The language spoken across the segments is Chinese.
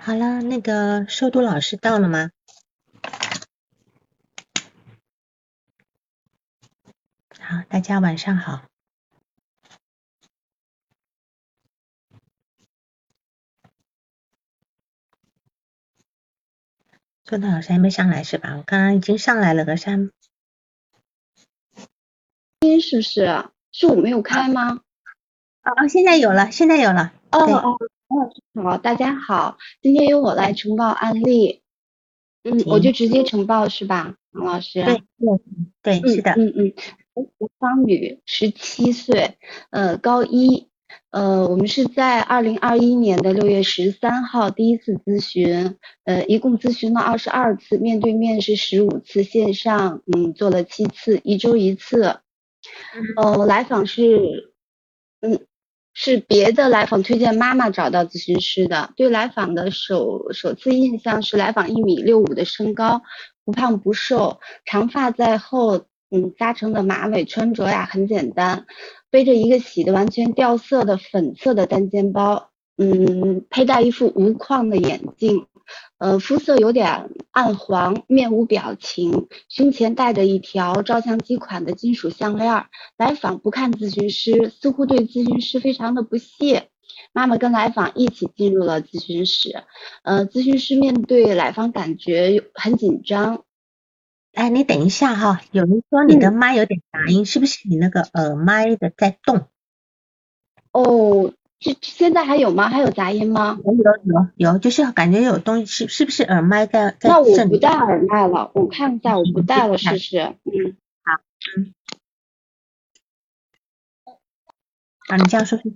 好了，那个瘦度老师到了吗？好，大家晚上好。瘦度老师还没上来是吧？我刚刚已经上来了，可是是不是？是我没有开吗？ 现在有了，现在有了。对哦哦，好，大家好，今天由我来呈报案例，我就行， 直接呈报是吧，王老师？ 对对，是的。 吴芳女17岁，高一，我们是在2021年的6月13号第一次咨询，一共咨询了22次，面对面是15次，线上做了7次，一周一次。来访是，是别的来访推荐妈妈找到咨询师的。对来访的首次印象是来访1.65米的身高，不胖不瘦，长发在后，扎成的马尾，穿着呀很简单，背着一个洗的完全掉色的粉色的单肩包，佩戴一副无框的眼镜。肤色有点暗黄，面无表情，胸前戴着一条照相机款的金属项链。来访不看咨询师，似乎对咨询师非常的不屑。妈妈跟来访一起进入了咨询室，咨询师面对来访感觉很紧张。 哎，你等一下哈，有人说你的嗯， 麦有点杂音，是不是你那个耳麦的在动？ 哦，现在还有吗？还有杂音吗？ 有，就是感觉有东西，是不是耳麦在那我震动？ 不戴耳麦了，我看一下，我不你试试看。 戴了试试。 好，嗯，好，你这样说说，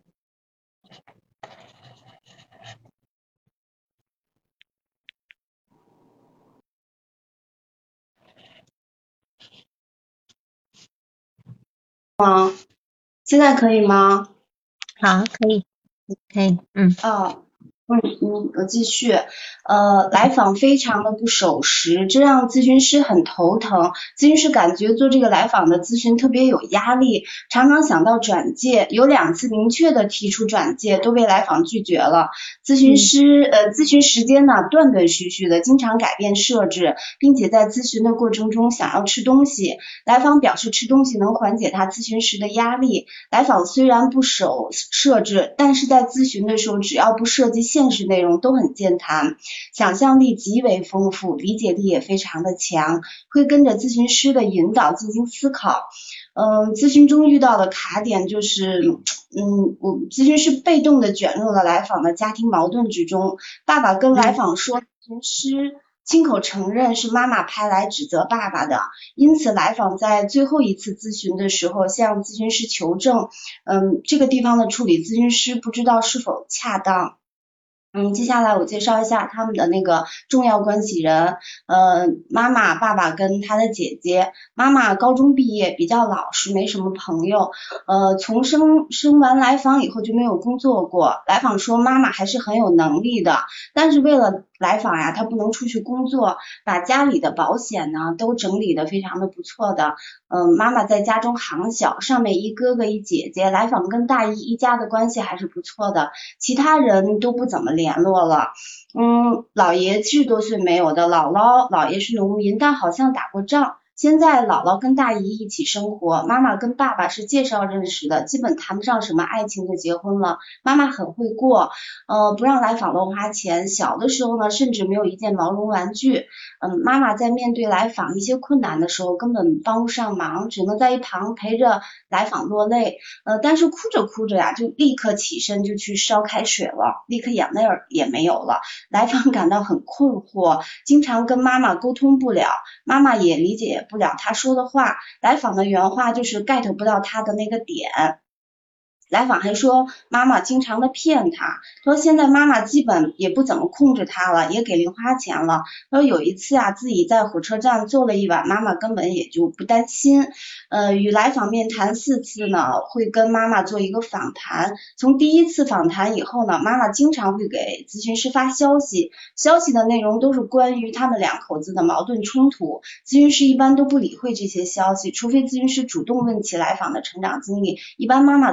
现在可以吗？ 好，可以，可以， 哦，我继续。来访非常的不守时，这让咨询师很头疼。咨询师感觉做这个来访的咨询特别有压力，常常想到转介，有2次明确的提出转介，都被来访拒绝了。咨询时间呢断断续续的，经常改变设置，并且在咨询的过程中想要吃东西。来访表示吃东西能缓解他咨询时的压力。来访虽然不守设置，但是在咨询的时候，只要不涉及现实内容都很健谈，想象力极为丰富，理解力也非常的强，会跟着咨询师的引导进行思考。咨询中遇到的卡点就是，我咨询师被动的卷入了来访的家庭矛盾之中。爸爸跟来访说，咨询师亲口承认是妈妈派来指责爸爸的，因此来访在最后一次咨询的时候向咨询师求证，这个地方的处理咨询师不知道是否恰当。接下来我介绍一下他们的那个重要关系人，妈妈、爸爸跟他的姐姐。妈妈高中毕业，比较老实，没什么朋友。从生完来访以后就没有工作过。来访说妈妈还是很有能力的，但是为了来访呀，她不能出去工作，把家里的保险呢都整理的非常的不错的。妈妈在家中行小，上面一哥哥一姐姐，来访跟大姨一家的关系还是不错的。其他人都不怎么联络了。姥爷70多岁没有的，姥姥姥爷是农民，但好像打过仗。现在姥姥跟大姨一起生活，妈妈跟爸爸是介绍认识的，基本谈不上什么爱情就结婚了。妈妈很会过，不让来访乱花钱。小的时候呢，甚至没有一件毛绒玩具。妈妈在面对来访一些困难的时候，根本帮不上忙，只能在一旁陪着来访落泪。但是哭着哭着呀，就立刻起身就去烧开水了，立刻眼泪也没有了。来访感到很困惑，经常跟妈妈沟通不了，妈妈也理解不了他说的话。来访的原话就是 get 不到他的那个点。来访还说妈妈经常的骗他，说现在妈妈基本也不怎么控制他了，也给零花钱了。说有一次啊，自己在火车站坐了一晚，妈妈根本也就不担心。与来访面谈4次呢，会跟妈妈做一个访谈。从第1次访谈以后呢，妈妈经常会给咨询师发消息，消息的内容都是关于他们两口子的矛盾冲突。咨询师一般都不理会这些消息，除非咨询师主动问起来访的成长经历，一般妈妈从来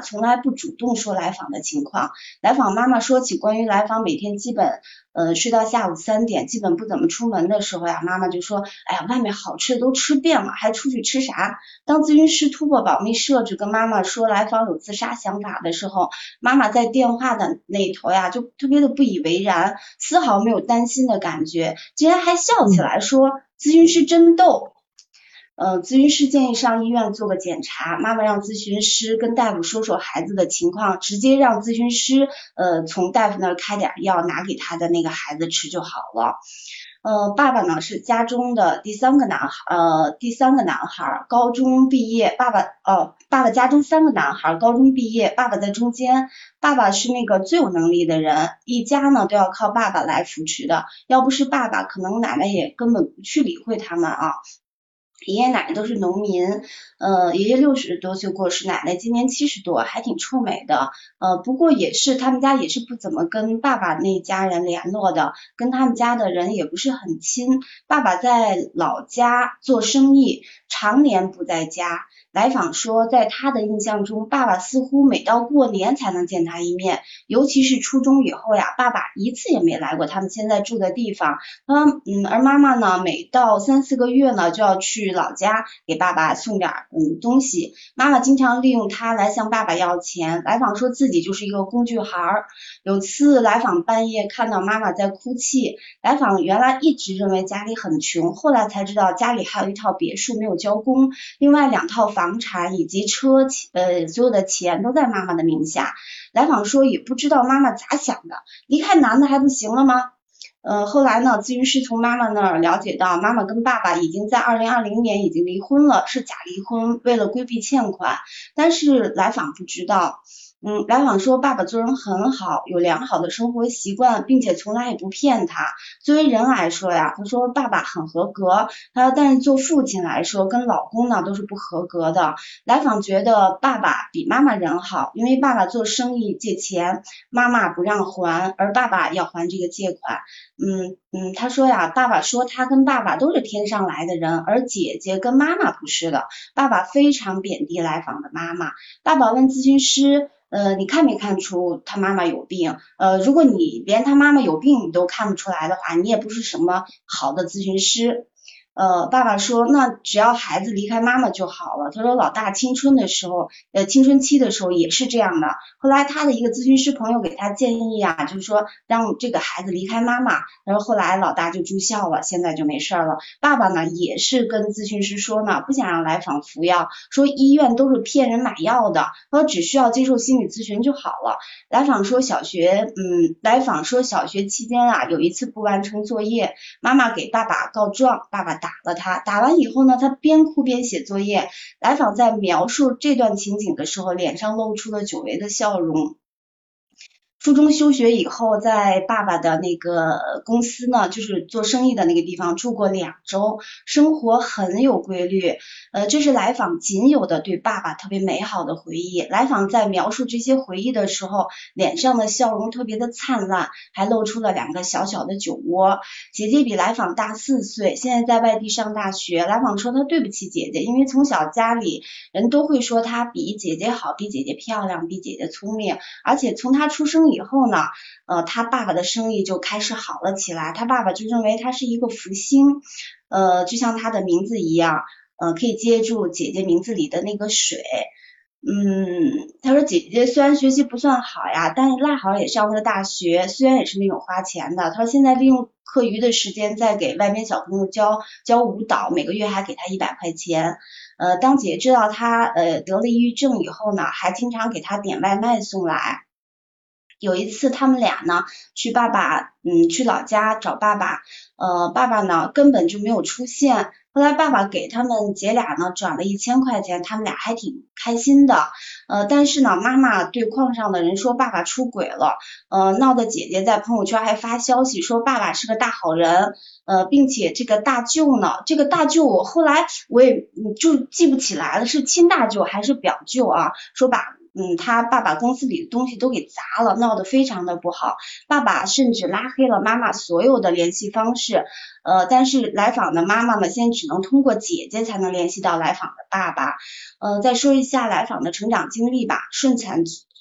不主动说来访的情况。来访妈妈说起关于来访每天基本睡到下午3点，基本不怎么出门的时候呀，妈妈就说，哎呀，外面好吃的都吃遍了，还出去吃啥？当咨询师突破保密设置跟妈妈说来访有自杀想法的时候，妈妈在电话的那一头呀，就特别的不以为然，丝毫没有担心的感觉，竟然还笑起来说，咨询师真逗。咨询师建议上医院做个检查，妈妈让咨询师跟大夫说说孩子的情况，直接让咨询师从大夫那儿开点药拿给他的那个孩子吃就好了。爸爸呢是家中的第三个男孩，高中毕业，爸爸家中3个男孩，高中毕业，爸爸在中间，爸爸是那个最有能力的人，一家呢都要靠爸爸来扶持的，要不是爸爸，可能奶奶也根本不去理会他们啊。爷爷奶奶都是农民，爷爷60多岁过世，奶奶今年70多，还挺臭美的。不过他们家也是不怎么跟爸爸那家人联络的，跟他们家的人也不是很亲。爸爸在老家做生意，常年不在家。来访说，在他的印象中，爸爸似乎每到过年才能见他一面，尤其是初中以后呀，爸爸一次也没来过他们现在住的地方。而妈妈呢，每到3、4个月呢，就要去老家给爸爸送点东西。妈妈经常利用他来向爸爸要钱。来访说自己就是一个工具孩儿。有次来访半夜看到妈妈在哭泣，来访原来一直认为家里很穷，后来才知道家里还有一套别墅没有交工，另外2套房产以及车所有的钱都在妈妈的名下。来访说也不知道妈妈咋想的，离开男的还不行了吗？后来呢，咨询师从妈妈那儿了解到，妈妈跟爸爸已经在2020年已经离婚了，是假离婚，为了规避欠款。但是来访不知道。来访说爸爸做人很好，有良好的生活习惯，并且从来也不骗他。作为人来说呀，他说爸爸很合格，但是做父亲来说，跟老公呢都是不合格的。来访觉得爸爸比妈妈人好，因为爸爸做生意借钱，妈妈不让还，而爸爸要还这个借款。他说呀，爸爸说他跟爸爸都是天上来的人，而姐姐跟妈妈不是的。爸爸非常贬低来访的妈妈。爸爸问咨询师，你看没看出他妈妈有病？如果你连他妈妈有病你都看不出来的话，你也不是什么好的咨询师。爸爸说，那只要孩子离开妈妈就好了。他说老大青春期的时候也是这样的。后来他的一个咨询师朋友给他建议啊，就是说让这个孩子离开妈妈。然后后来老大就住校了，现在就没事了。爸爸呢也是跟咨询师说呢，不想让来访服药，说医院都是骗人买药的，说只需要接受心理咨询就好了。来访说小学期间啊，有一次不完成作业，妈妈给爸爸告状，爸爸打了他，打完以后呢，他边哭边写作业。来访在描述这段情景的时候，脸上露出了久违的笑容。初中休学以后，在爸爸的那个公司呢，就是做生意的那个地方住过2周，生活很有规律。这是来访仅有的对爸爸特别美好的回忆。来访在描述这些回忆的时候，脸上的笑容特别的灿烂，还露出了2个小小的酒窝。姐姐比来访大4岁，现在在外地上大学。来访说他对不起姐姐，因为从小家里人都会说他比姐姐好，比姐姐漂亮，比姐姐聪明，而且从他出生以后呢，他爸爸的生意就开始好了起来。他爸爸就认为他是一个福星，就像他的名字一样，可以接住姐姐名字里的那个水。他说姐姐虽然学习不算好呀，但是赖好也上了大学，虽然也是那种花钱的。他说现在利用课余的时间在给外面小朋友教舞蹈，每个月还给他100块钱。当姐姐知道他得了抑郁症以后呢，还经常给他点外卖送来。有一次他们俩呢去老家找爸爸，爸爸呢根本就没有出现。后来爸爸给他们姐俩呢转了1000块钱，他们俩还挺开心的。但是呢妈妈对矿上的人说爸爸出轨了，闹得姐姐在朋友圈还发消息说爸爸是个大好人，并且这个大舅我后来我也就记不起来了，是亲大舅还是表舅啊，说他爸爸公司里的东西都给砸了，闹得非常的不好。爸爸甚至拉黑了妈妈所有的联系方式。但是来访的妈妈呢，现在只能通过姐姐才能联系到来访的爸爸。再说一下来访的成长经历吧。顺产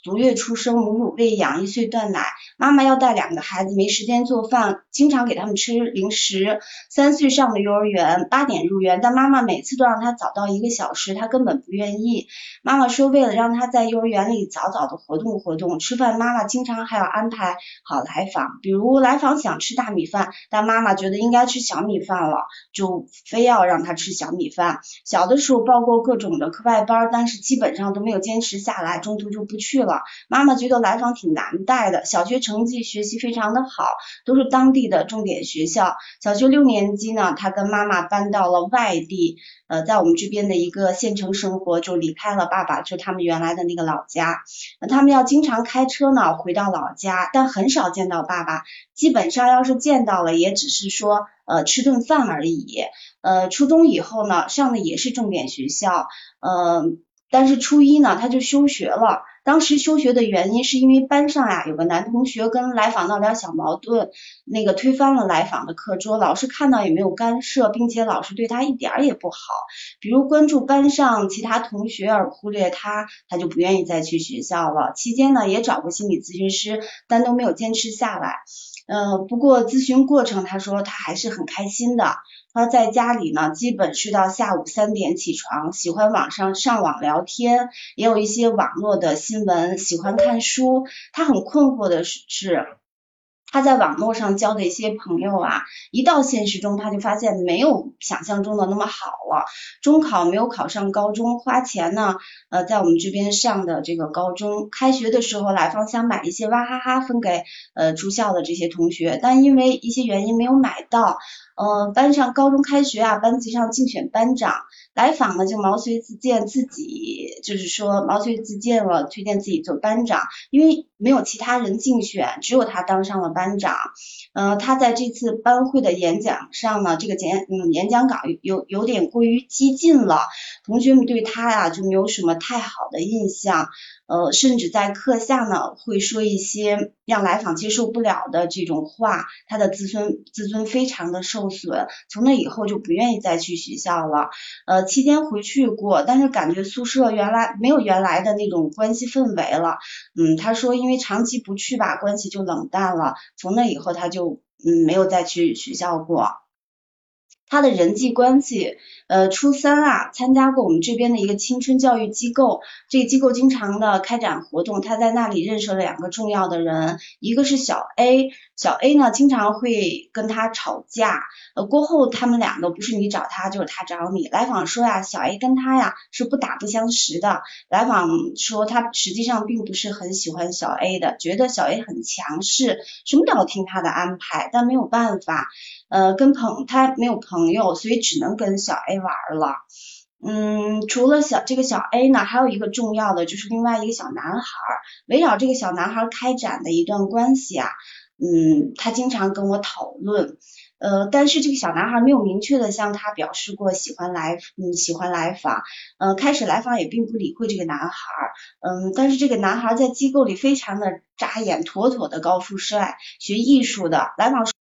足月出生，母乳喂养，1岁断奶，妈妈要带2个孩子，没时间做饭，经常给他们吃零食。3岁上的幼儿园，8点入园，但妈妈每次都让他早到1个小时，他根本不愿意。妈妈说为了让他在幼儿园里早早的活动，吃饭妈妈经常还要安排好来访，比如来访想吃大米饭，但妈妈觉得应该吃小米饭了，就非要让他吃小米饭。小的时候报过各种的课外班，但是基本上都没有坚持下来，中途就不去了。妈妈觉得来访挺难带的，小学成绩学习非常的好，都是当地的重点学校。小学6年级呢，他跟妈妈搬到了外地，在我们这边的一个县城生活，就离开了爸爸，就他们原来的那个老家。他们要经常开车呢回到老家，但很少见到爸爸，基本上要是见到了，也只是说吃顿饭而已。初中以后呢，上的也是重点学校，但是初一呢，他就休学了。当时休学的原因是因为班上呀有个男同学跟来访闹点小矛盾，那个推翻了来访的课桌，老师看到也没有干涉，并且老师对他一点也不好，比如关注班上其他同学而忽略他，他就不愿意再去学校了。期间呢也找过心理咨询师，但都没有坚持下来。不过咨询过程他说他还是很开心的。他在家里呢，基本是到下午3点起床，喜欢上网聊天，也有一些网络的新闻，喜欢看书。他很困惑的是，他在网络上交的一些朋友啊，一到现实中他就发现没有想象中的那么好了。中考没有考上高中，花钱呢，在我们这边上的这个高中。开学的时候，来访想买一些娃哈哈分给住校的这些同学，但因为一些原因没有买到。班上高中开学啊，班级上竞选班长，来访呢就毛遂自荐，自己就是说毛遂自荐了，推荐自己做班长，因为没有其他人竞选，只有他当上了班长。他在这次班会的演讲上呢，这个演讲稿有点过于激进了，同学们对他呀就没有什么太好的印象。甚至在课下呢会说一些让来访接受不了的这种话，他的自尊非常的受损，从那以后就不愿意再去学校了。期间回去过，但是感觉宿舍没有原来的那种关系氛围了。他说因为长期不去吧，关系就冷淡了，从那以后他就没有再去学校过。他的人际关系，初3啊参加过我们这边的一个青春教育机构，这个机构经常的开展活动，他在那里认识了2个重要的人，一个是小 A， 小 A 呢经常会跟他吵架，过后他们2个不是你找他就是他找你。来访说呀，小 A 跟他呀是不打不相识的，来访说他实际上并不是很喜欢小 A 的，觉得小 A 很强势，什么都要听他的安排，但没有办法。他没有朋友，所以只能跟小 A 玩了。除了这个小 A 呢，还有一个重要的就是另外一个小男孩，围绕这个小男孩开展的一段关系啊，他经常跟我讨论。但是这个小男孩没有明确的向他表示过喜欢来访，开始来访也并不理会这个男孩，但是这个男孩在机构里非常的扎眼，妥妥的高富帅，学艺术的，来访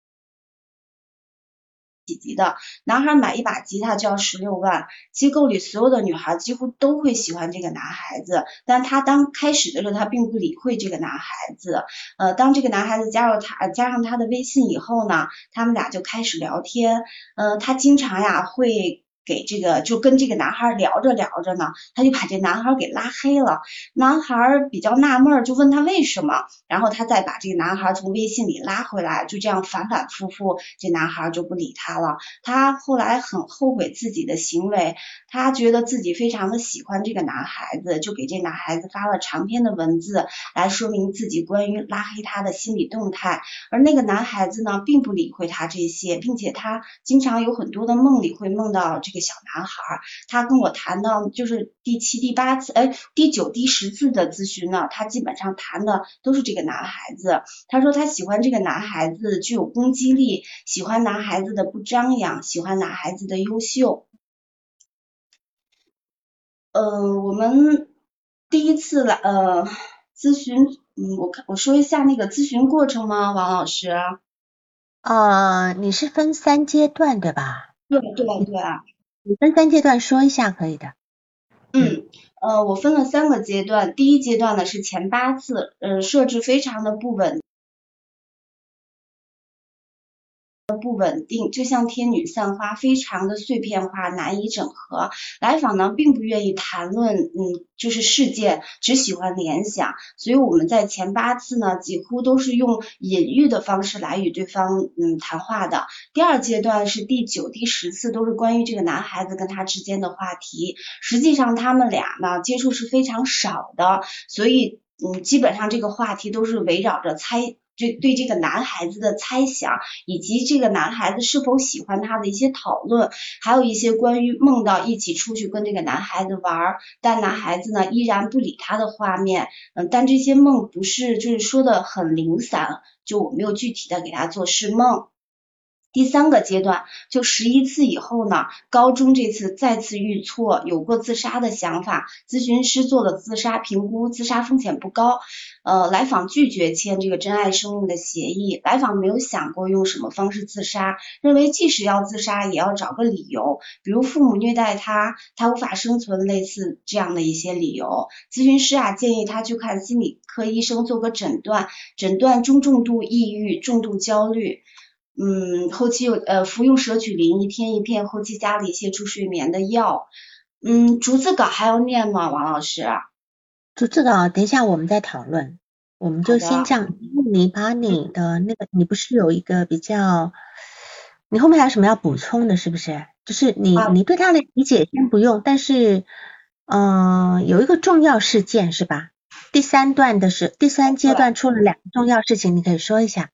级的男孩买一把吉他就要16万，机构里所有的女孩几乎都会喜欢这个男孩子，但他当开始的时候他并不理会这个男孩子。当这个男孩子加上他的微信以后呢，他们俩就开始聊天。他经常呀会就跟这个男孩聊着呢，他就把这男孩给拉黑了。男孩比较纳闷，就问他为什么，然后他再把这个男孩从微信里拉回来，就这样反反复复，这男孩就不理他了。他后来很后悔自己的行为，他觉得自己非常的喜欢这个男孩子，就给这男孩子发了长篇的文字来说明自己关于拉黑他的心理动态。而那个男孩子呢并不理会他这些，并且他经常有很多的梦里会梦到这个小男孩。他跟我谈到就是第7、第8次第9、第10次的咨询呢，他基本上谈的都是这个男孩子。他说他喜欢这个男孩子具有攻击力，喜欢男孩子的不张扬，喜欢男孩子的优秀。我们第一次来咨询，我说一下那个咨询过程吗，王老师？ 你是分3阶段对吧？ 对， 你分3阶段说一下可以的。 我分了3个阶段，第一阶段呢是前8次，设置非常的不稳定，就像天女散花，非常的碎片化，难以整合。来访呢并不愿意谈论就是事件，只喜欢联想，所以我们在前8次呢几乎都是用隐喻的方式来与对方谈话的。第2阶段是第9、第10次都是关于这个男孩子跟他之间的话题，实际上他们俩呢接触是非常少的，所以基本上这个话题都是围绕着对这个男孩子的猜想，以及这个男孩子是否喜欢他的一些讨论，还有一些关于梦到一起出去跟这个男孩子玩，但男孩子呢依然不理他的画面。但这些梦不是就是说的很零散，就我没有具体的给他做释梦。第3个阶段就11次以后呢，高中这次再次遇挫，有过自杀的想法，咨询师做了自杀评估，自杀风险不高，来访拒绝签这个珍爱生命的协议，来访没有想过用什么方式自杀，认为即使要自杀也要找个理由，比如父母虐待他，他无法生存，类似这样的一些理由。咨询师建议他去看心理科医生做个诊断中重度抑郁、重度焦虑。后期服用舍曲林1天1片，后期加了一些助睡眠的药。逐字稿还要念吗，王老师？ 逐字稿等一下我们再讨论，我们就先这样。你把你的那个，你不是有一个比较，你后面还有什么要补充的，是不是？就是你对他的理解先不用，但是有一个重要事件是吧？第3阶段出了2个重要事情，你可以说一下。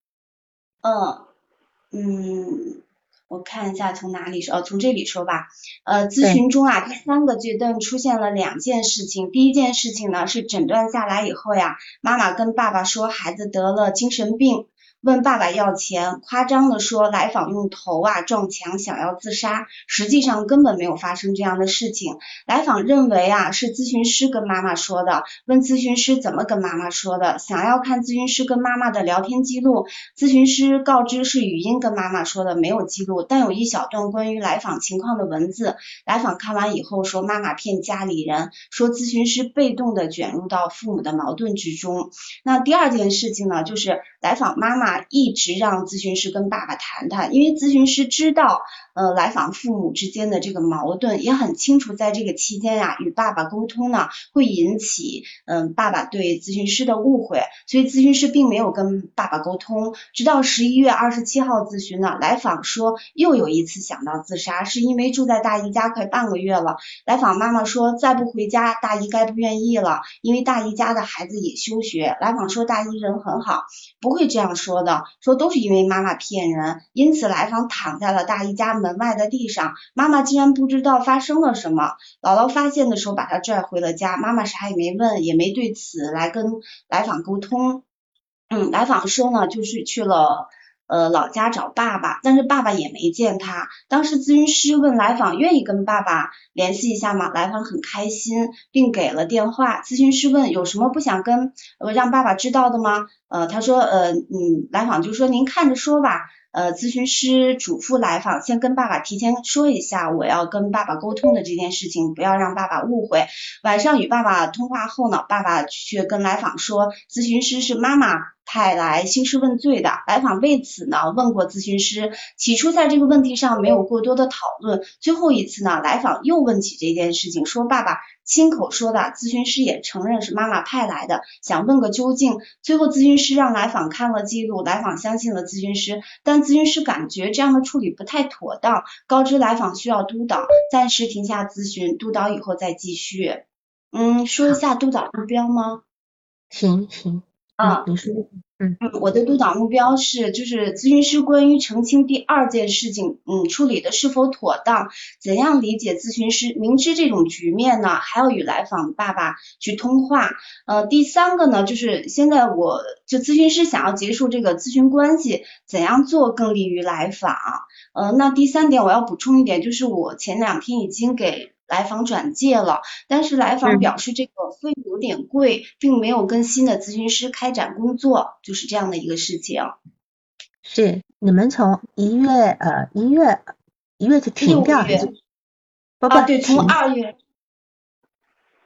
我看一下从哪里说，从这里说吧。咨询中第3个阶段出现了2件事情。第一件事情呢是诊断下来以后妈妈跟爸爸说孩子得了精神病，问爸爸要钱，夸张的说来访用头撞墙想要自杀，实际上根本没有发生这样的事情。来访认为是咨询师跟妈妈说的，问咨询师怎么跟妈妈说的，想要看咨询师跟妈妈的聊天记录，咨询师告知是语音跟妈妈说的，没有记录，但有一小段关于来访情况的文字。来访看完以后说妈妈骗家里人，说咨询师被动的卷入到父母的矛盾之中。那第2件事情呢，就是来访妈妈一直让咨询师跟爸爸谈谈，因为咨询师知道来访父母之间的这个矛盾，也很清楚在这个期间与爸爸沟通呢会引起爸爸对咨询师的误会，所以咨询师并没有跟爸爸沟通。直到11月27号咨询呢，来访说又有一次想到自杀，是因为住在大姨家快半个月了，来访妈妈说再不回家大姨该不愿意了，因为大姨家的孩子也休学。来访说大姨人很好，不会这样说的，说都是因为妈妈骗人。因此来访躺在了大姨家门外的地上，妈妈竟然不知道发生了什么，姥姥发现的时候把他拽回了家，妈妈啥也没问，也没对此来跟来访沟通。来访说呢就是去了老家找爸爸，但是爸爸也没见他。当时咨询师问来访愿意跟爸爸联系一下吗？来访很开心，并给了电话。咨询师问有什么不想跟让爸爸知道的吗？他说来访就说您看着说吧。咨询师嘱咐来访先跟爸爸提前说一下我要跟爸爸沟通的这件事情，不要让爸爸误会。晚上与爸爸通话后呢，爸爸却跟来访说咨询师是妈妈派来兴师问罪的。来访为此呢问过咨询师，起初在这个问题上没有过多的讨论，最后一次呢来访又问起这件事情，说爸爸亲口说的，咨询师也承认是妈妈派来的，想问个究竟。最后咨询师让来访看了记录，来访相信了咨询师，但咨询师感觉这样的处理不太妥当，告知来访需要督导，暂时停下咨询，督导以后再继续。说一下督导目标吗？ 行，你说。 我的督导目标是就是咨询师关于澄清第2件事情处理的是否妥当，怎样理解咨询师明知这种局面呢还要与来访爸爸去通话。第3个呢就是现在我就咨询师想要结束这个咨询关系，怎样做更利于来访。那第3点我要补充一点，就是我前2天已经给来访转介了，但是来访表示这个费用有点贵，并没有跟新的咨询师开展工作，就是这样的一个事情。 是你们从1月就停掉， 对，从2月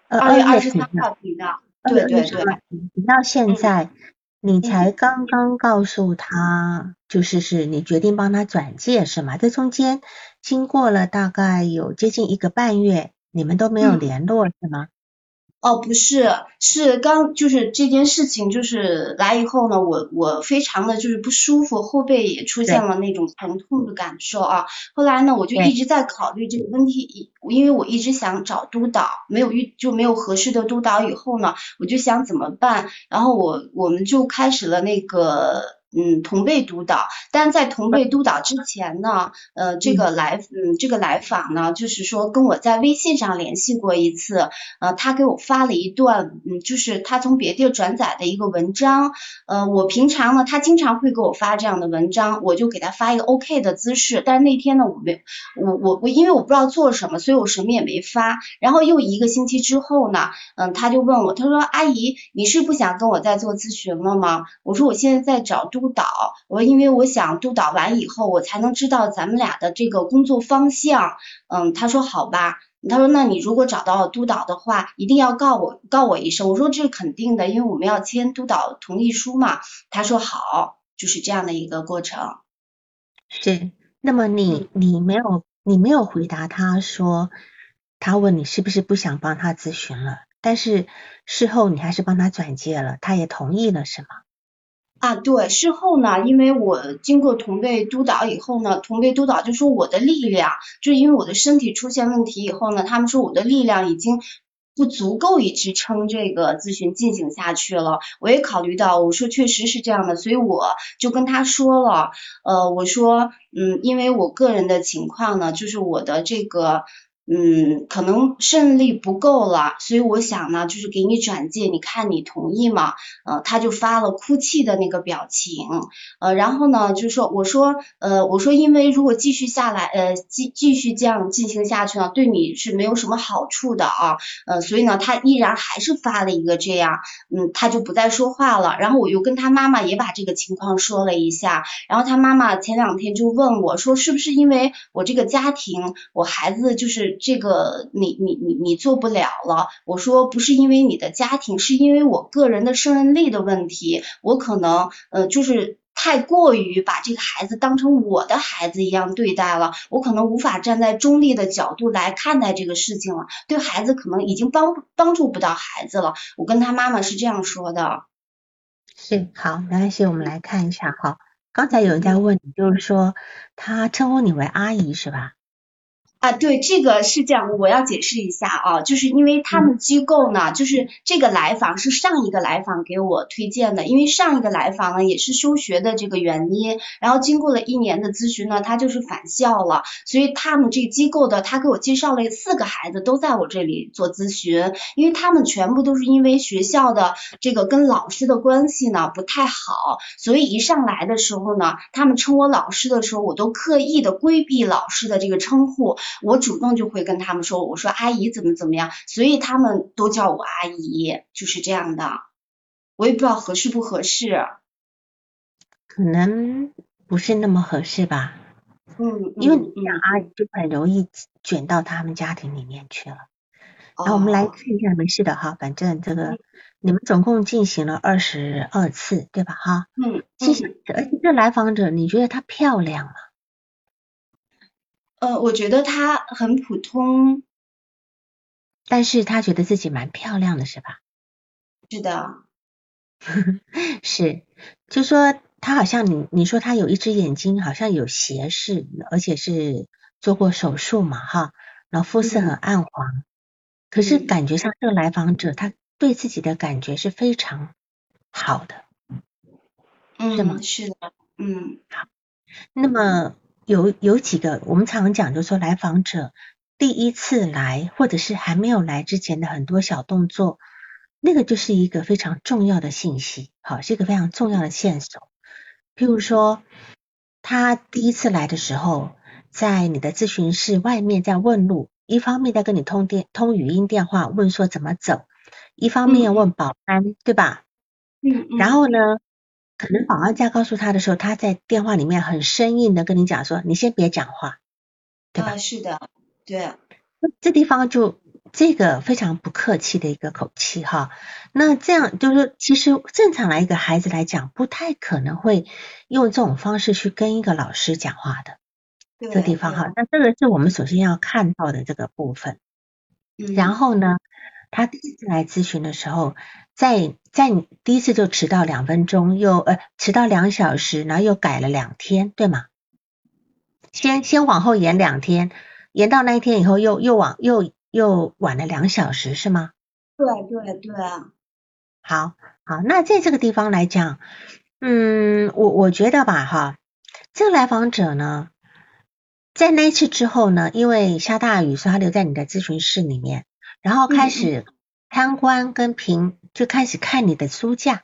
2月月 23号停的， 对对对对， 对， 停到现在，你才刚刚告诉他，就是你决定帮他转介是吗？这中间经过了大概有接近1个半月，你们都没有联络是吗？ 不是，是就是这件事情就是来以后呢，我非常的就是不舒服，后背也出现了那种疼痛的感受啊。后来呢，我就一直在考虑这个问题，因为我一直想找督导，没有合适的督导以后呢，我就想怎么办，然后我们就开始了那个同辈督导，但是在同辈督导之前呢，这个来访呢，就是说跟我在微信上联系过一次，他给我发了一段，就是他从别地转载的一个文章，我平常呢，他经常会给我发这样的文章，我就给他发一个 OK 的姿势，但是那天呢，我因为我不知道做什么，所以我什么也没发，然后又1个星期之后呢，他就问我，他说阿姨，你是不想跟我再做咨询了吗？我说我现在在找督导，我说因为我想督导完以后，我才能知道咱们俩的这个工作方向。他说好吧，他说那你如果找到督导的话，一定要告我一声。我说这是肯定的，因为我们要签督导同意书嘛。他说好，就是这样的一个过程。 是，那么你没有回答他说，他问你是不是不想帮他咨询了，但是事后你还是帮他转介了，他也同意了是吗？ 对，事后呢，因为我经过同辈督导以后呢，同辈督导就说我的力量，就是因为我的身体出现问题以后呢，他们说我的力量已经不足够以支撑这个咨询进行下去了。我也考虑到，我说确实是这样的，所以我就跟他说了，我说，因为我个人的情况呢，就是我的这个。可能肾力不够了，所以我想呢，就是给你转介，你看你同意吗？他就发了哭泣的那个表情，然后呢，就说我说因为如果继续下来，继续这样进行下去呢，对你是没有什么好处的啊，所以呢，他依然还是发了一个这样，他就不再说话了。然后我又跟他妈妈也把这个情况说了一下，然后他妈妈前2天就问我说，是不是因为我这个家庭，我孩子就是这个你做不了了？我说不是因为你的家庭，是因为我个人的胜任力的问题，我可能就是太过于把这个孩子当成我的孩子一样对待了，我可能无法站在中立的角度来看待这个事情了，对孩子可能已经帮助不到孩子了。我跟他妈妈是这样说的。 是，好，没关系，我们来看一下哈。刚才有人在问你，就是说他称呼你为阿姨是吧？ 对，这个是这样，我要解释一下啊，就是因为他们机构呢，就是这个来访是上一个来访给我推荐的，因为上一个来访呢也是休学的这个原因，然后经过了1年的咨询呢，他就是返校了，所以他们这个机构的他给我介绍了4个孩子都在我这里做咨询，因为他们全部都是因为学校的这个跟老师的关系呢不太好，所以一上来的时候呢，他们称我老师的时候，我都刻意的规避老师的这个称呼。我主动就会跟他们说，我说阿姨怎么样，所以他们都叫我阿姨，就是这样的。我也不知道合适不合适。 可能不是那么合适吧。因为你讲阿姨就很容易卷到他们家庭里面去了。然后我们来看一下，没事的哈，反正这个你们总共进行了22次，对吧哈？而且这来访者你觉得她漂亮吗？ 我觉得她很普通。 但是她觉得自己蛮漂亮的是吧？ 是的。 是，就说她好像你说她有一只眼睛好像有斜视，而且是做过手术嘛哈，然后肤色很暗黄，可是感觉上这个来访者她对自己的感觉是非常好的。是吗？ 是的。 好，那么有几个我们常讲，就是说来访者第一次来或者是还没有来之前的很多小动作，那个就是一个非常重要的信息，好，是一个非常重要的线索。譬如说他第一次来的时候，在你的咨询室外面在问路，一方面在跟你通语音电话问说怎么走，一方面要问保安，对吧？然后呢，可能保安在告诉他的时候，他在电话里面很生硬的跟你讲说，你先别讲话，对吧？ 是的，对。 这地方就这个非常不客气的一个口气哈。那这样就是说，其实正常来一个孩子来讲，不太可能会用这种方式去跟一个老师讲话的。这个地方哈，那这个是我们首先要看到的这个部分。然后呢，他第一次来咨询的时候，在你第一次就迟到2分钟，又迟到2小时，然后又改了2天，对吗？先往后延2天，延到那一天以后又晚了2小时，是吗？ 对对对。 好，那在这个地方来讲，我觉得吧哈，这个来访者呢，在那一次之后呢，因为下大雨，所以他留在你的咨询室里面，然后开始参观跟就开始看你的书架，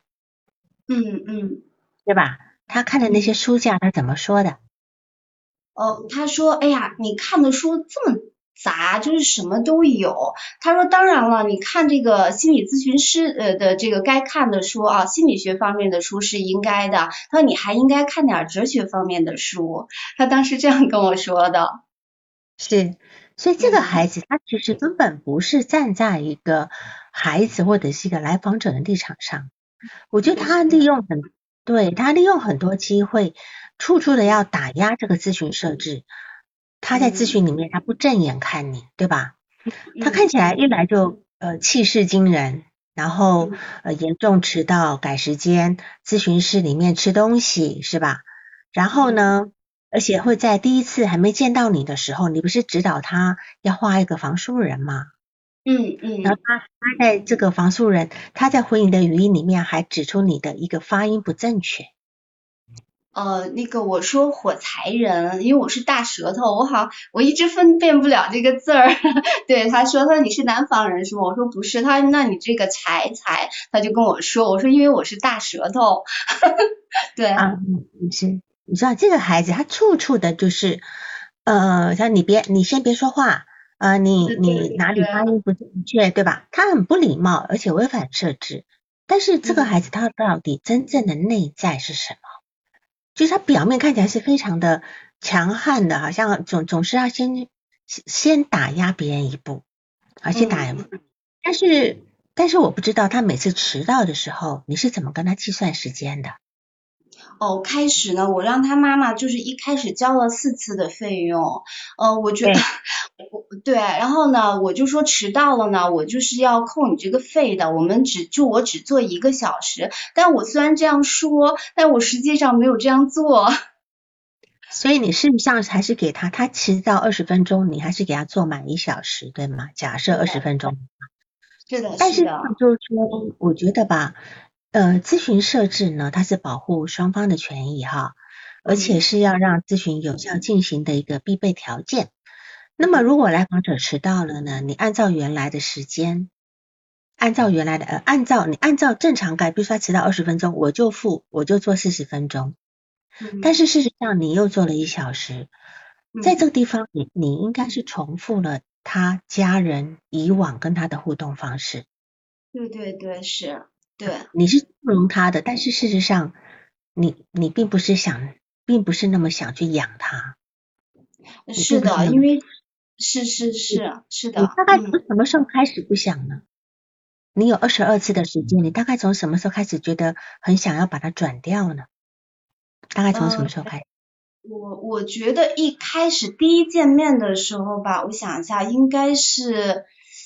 对吧？他看的那些书架，他怎么说的？ 他说，哎呀，你看的书这么杂，就是什么都有。他说，当然了，你看这个心理咨询师的这个该看的书啊，心理学方面的书是应该的。他说你还应该看点哲学方面的书。他当时这样跟我说的。 是，所以这个孩子他其实根本不是站在一个孩子或者是一个来访者的立场上，我觉得他利用很多机会，处处的要打压这个咨询设置。他在咨询里面他不正眼看你，对吧？他看起来一来就气势惊人，然后严重迟到、改时间，咨询室里面吃东西，是吧？然后呢，而且会在第一次还没见到你的时候，你不是指导他要画一个房书人吗？然后他在这个房书人，他在回你的语音里面还指出你的一个发音不正确。 那个我说火柴人，因为我是大舌头，我一直分辨不了这个字儿。对，他说你是南方人是吗？我说不是，他说那你这个柴，他就跟我说，我说因为我是大舌头。对啊，你知道这个孩子他处处的就是像你先别说话你哪里发音不正确，对吧？他很不礼貌，而且违反设置。但是这个孩子他到底真正的内在是什么？就是他表面看起来是非常的强悍的，好像总是要先打压别人一步，先打压一步。但是我不知道他每次迟到的时候，你是怎么跟他计算时间的？ 开始呢，我让他妈妈就是一开始交了4次的费用，我觉得对，然后呢，我就说迟到了呢，我就是要扣你这个费的，我只做1个小时，但我虽然这样说，但我实际上没有这样做。 所以你事实上还是给他迟到20分钟，你还是给他做满1小时，对吗？假设20分钟。 是的， 但是就是说，我觉得吧，咨询设置呢，它是保护双方的权益哈，而且是要让咨询有效进行的一个必备条件。那么如果来访者迟到了呢，你按照原来的时间，按照正常改，比如说他迟到20分钟，我就做40分钟。但是事实上你又做了1小时，在这个地方你应该是重复了他家人以往跟他的互动方式。 对对对，是，对。 你是纵容他的，但是事实上你并不是那么想去养他。 是的，因为是的。 你大概从什么时候开始不想呢？你有22次的时间，你大概从什么时候开始觉得很想要把它转掉呢？大概从什么时候开始？ 我觉得一开始第一见面的时候吧，我想一下，应该是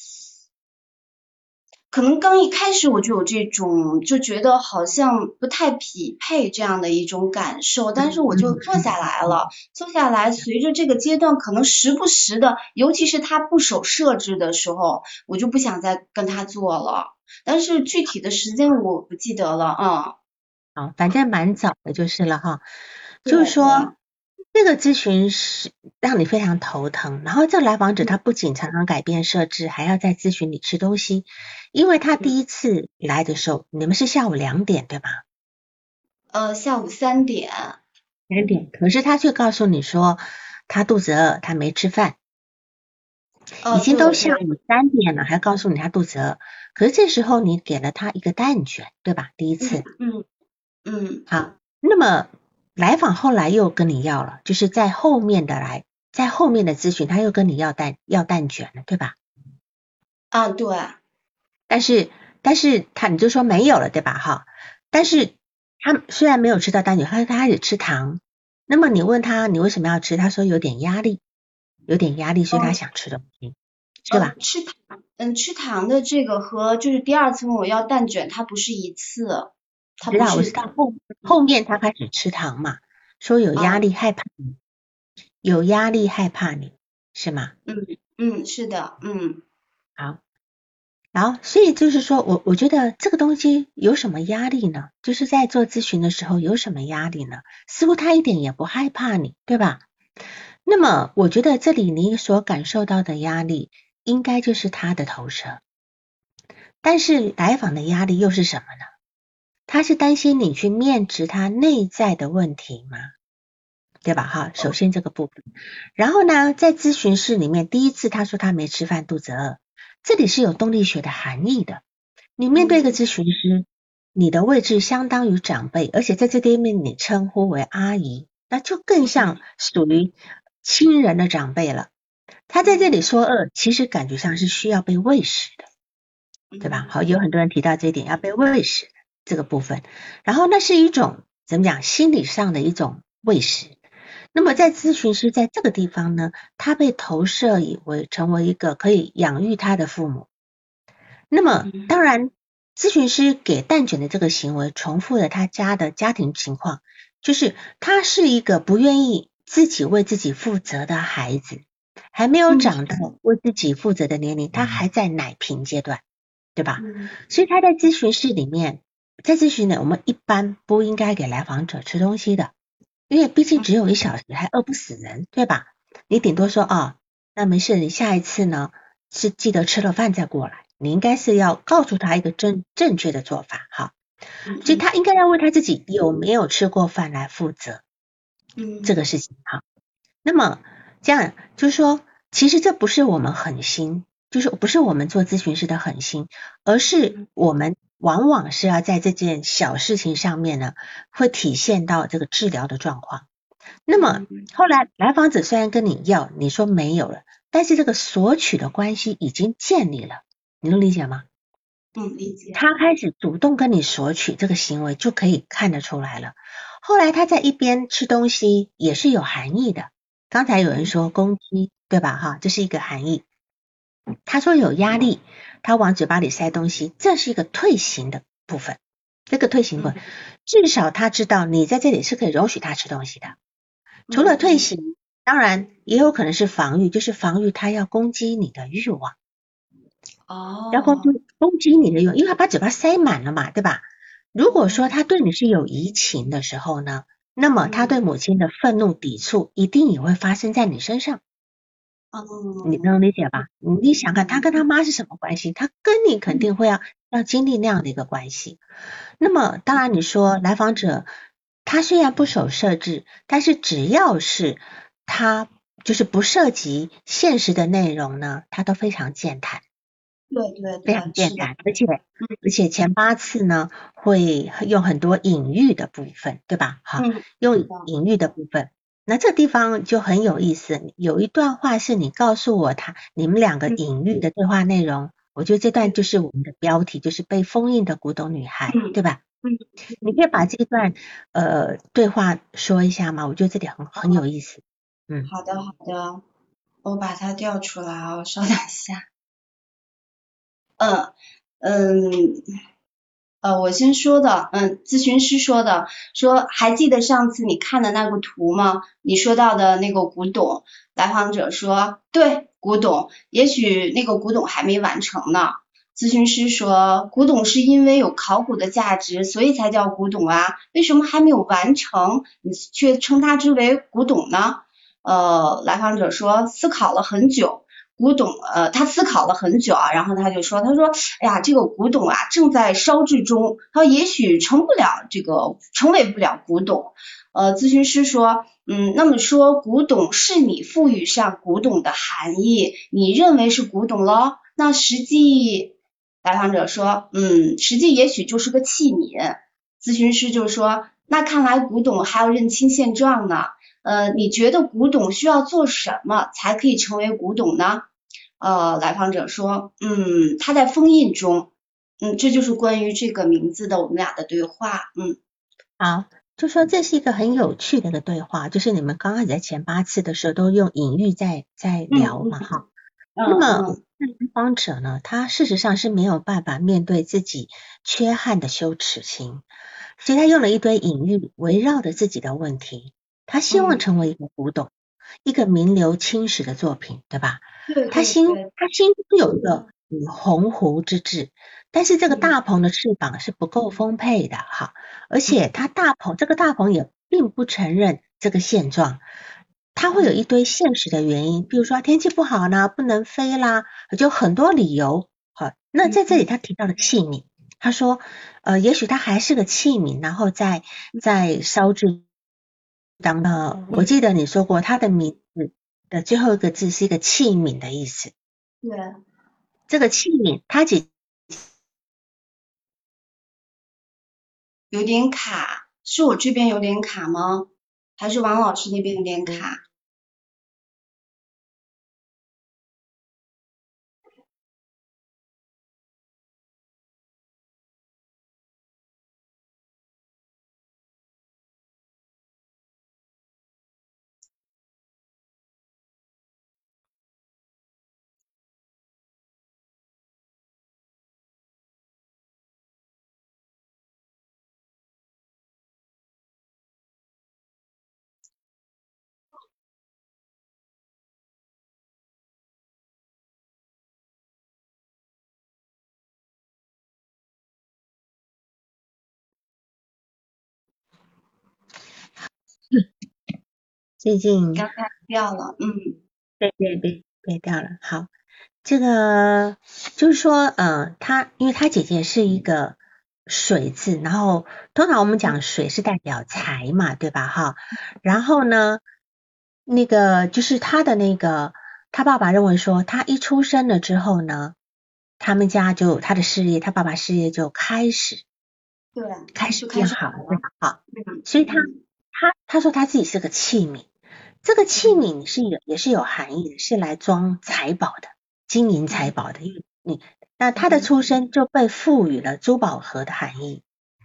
可能刚一开始我就有这种就觉得好像不太匹配这样的一种感受，但是我就坐下来了，随着这个阶段可能时不时的，尤其是他不守设置的时候，我就不想再跟他做了，但是具体的时间我不记得了。 好，反正蛮早的就是了哈。就是说这个咨询是让你非常头疼，然后这个来访者他不仅常常改变设置，还要在咨询里吃东西，因为他第一次来的时候，你们是下午2点对吧？ 下午3点。 3点，可是他却告诉你说他肚子饿，他没吃饭。已经都下午3点了，还告诉你他肚子饿，可是这时候你给了他一个蛋卷，对吧？第一次。好，那么来访后来又跟你要了，就是在后面的咨询他又跟你要蛋卷了，对吧？ 啊，对， 但是你就说没有了，对吧？哈，但是他虽然没有吃到蛋卷，他开始吃糖。那么你问他你为什么要吃，他说有点压力，所以他想吃东西，是吧？ 吃糖的这个和就是第二次问我要蛋卷，它不是一次，它不是我知道后面他开始吃糖嘛，说有压力害怕你，是吗？ 是的， 好。然后，所以就是说我觉得这个东西有什么压力呢？就是在做咨询的时候有什么压力呢？似乎他一点也不害怕你，对吧？那么我觉得这里你所感受到的压力，应该就是他的投射。但是来访的压力又是什么呢？他是担心你去面质他内在的问题吗？对吧？哈，首先这个部分。然后呢，在咨询室里面，第一次他说他没吃饭，肚子饿，这里是有动力学的含义的。你面对一个咨询师，你的位置相当于长辈，而且在这边你称呼为阿姨，那就更像属于亲人的长辈了。他在这里说饿，其实感觉上是需要被喂食的，对吧？好，有很多人提到这一点，要被喂食这个部分。然后那是一种怎么讲，心理上的一种喂食。那么在咨询师在这个地方呢，他被投射以为成为一个可以养育他的父母。那么当然，咨询师给蛋卷的这个行为，重复了他家的家庭情况，就是他是一个不愿意自己为自己负责的孩子，还没有长到为自己负责的年龄，他还在奶瓶阶段，对吧？所以他在咨询室里面，在咨询呢，我们一般不应该给来访者吃东西的，因为毕竟只有1小时，还饿不死人，对吧？你顶多说那没事，你下一次呢是记得吃了饭再过来。你应该是要告诉他一个正确的做法，哈，所以他应该要为他自己有没有吃过饭来负责，这个事情哈。那么这样就是说，其实这不是我们狠心，就是不是我们做咨询师的狠心，而是我们往往是要在这件小事情上面呢，会体现到这个治疗的状况。那么后来来访者虽然跟你要，你说没有了，但是这个索取的关系已经建立了，你能理解吗？ 理解。 他开始主动跟你索取，这个行为就可以看得出来了。后来他在一边吃东西也是有含义的，刚才有人说攻击，对吧？哈，这是一个含义。他说有压力，他往嘴巴里塞东西，这是一个退行的部分。这个退行部分，至少他知道你在这里是可以容许他吃东西的。除了退行，当然也有可能是防御，就是防御他要攻击你的欲望。要攻击你的欲望，因为他把嘴巴塞满了嘛，对吧？如果说他对你是有移情的时候呢，那么他对母亲的愤怒抵触一定也会发生在你身上。你能理解吧？你想看他跟他妈是什么关系，他跟你肯定会要经历那样的一个关系。那么当然你说来访者他虽然不守设置，但是只要是他就是不涉及现实的内容呢，他都非常健谈。 对， 非常健谈，而且前8次呢会用很多隐喻的部分，对吧？好，用隐喻的部分，那这地方就很有意思。有一段话是你告诉我你们2个隐喻的对话内容，我觉得这段就是我们的标题，就是被封印的古董女孩，对吧？你可以把这一段对话说一下吗？我觉得这里很有意思。 好的，我把它调出来啊，稍等一下。我先说的，咨询师说的，说还记得上次你看的那个图吗？你说到的那个古董，来访者说，对，古董，也许那个古董还没完成呢。咨询师说，古董是因为有考古的价值，所以才叫古董啊，为什么还没有完成，你却称它之为古董呢？来访者说，思考了很久。古董，他思考了很久啊，然后他说，哎呀，这个古董啊正在烧制中，他也许成为不了古董。咨询师说，那么说古董是你赋予上古董的含义，你认为是古董咯？那实际，来访者说，实际也许就是个器皿。咨询师就说，那看来古董还要认清现状呢。你觉得古董需要做什么才可以成为古董呢？ 来访者说，他在封印中，这就是关于这个名字的我们俩的对话， 好，就说这是一个很有趣的一个对话，就是你们刚开始在前8次的时候都用隐喻在聊嘛，哈。那么来访者呢，他事实上是没有办法面对自己缺憾的羞耻心，所以他用了一堆隐喻围绕着自己的问题，他希望成为一个古董，一个名留青史的作品，对吧？他心中有一个鸿鹄之志，但是这个大鹏的翅膀是不够丰沛的哈，而且这个大鹏也并不承认这个现状，它会有一堆现实的原因，比如说天气不好呢，不能飞啦，就很多理由。好，那在这里他提到了器皿，他说也许它还是个器皿，然后在烧制我记得你说过它的名字的最后一个字是一个器皿的意思。 对， 这个器皿它有点卡，是我这边有点卡吗？还是王老师那边有点卡？ 最近刚才掉了， 对掉了。好，这个就是说因为他姐姐是一个水字，然后通常我们讲水是代表财嘛，对吧哈？然后呢，那个就是他爸爸认为说，他一出生了之后呢，他们家他的事业，他爸爸事业就开始变好了，好，所以他说他自己是个器皿。这个器皿也是有含义的，是来装财宝的，金银财宝的。因为那他的出生就被赋予了珠宝盒的含义。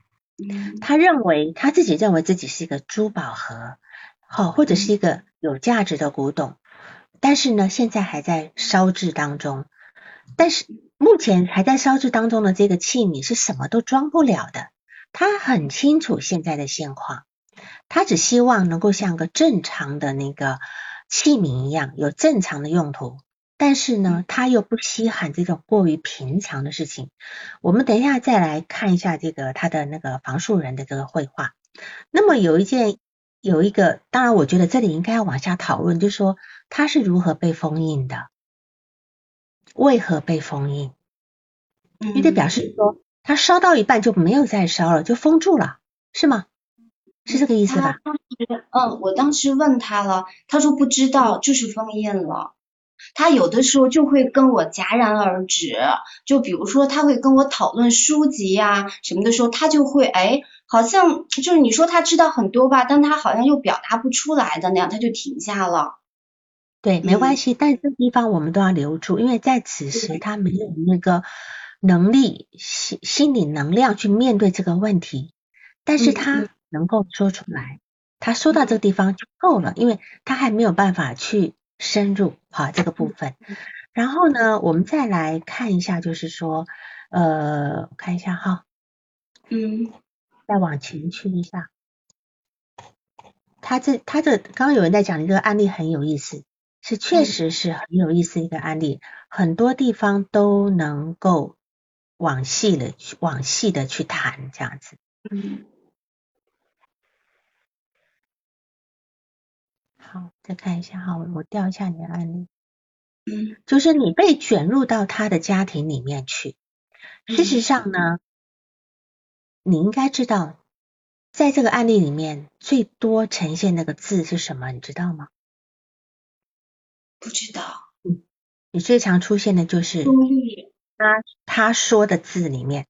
他自己认为自己是一个珠宝盒，或者是一个有价值的古董，但是呢，现在还在烧制当中。但是目前还在烧制当中的这个器皿是什么都装不了的。他很清楚现在的现况。他只希望能够像个正常的那个器皿一样，有正常的用途，但是呢，他又不稀罕这种过于平常的事情。我们等一下再来看一下他的那个房树人的这个绘画。那么有一个，当然我觉得这里应该要往下讨论，就是说他是如何被封印的，为何被封印？因为表示说他烧到一半就没有再烧了，就封住了，是吗？是这个意思吧？ 我当时问他了，他说不知道，就是封印了。他有的时候就会跟我戛然而止，就比如说他会跟我讨论书籍呀什么的时候，他就会好像就是你说他知道很多吧，但他好像又表达不出来的那样，他就停下了。 对，没关系，但这地方我们都要留住，因为在此时他没有那个能力、心理能量去面对这个问题，但是他能够说出来，他说到这个地方就够了，因为他还没有办法去深入这个部分。然后呢，我们再来看一下，就是说，我看一下哈，再往前去一下，他这刚刚有人在讲的这个案例很有意思。是确实是很有意思一个案例，很多地方都能够往细的去谈这样子。好，再看一下哈，我调一下你的案例。就是你被卷入到他的家庭里面去。事实上呢，你应该知道，在这个案例里面最多呈现那个字是什么，你知道吗？ 不知道。 你最常出现的就是他说的字里面，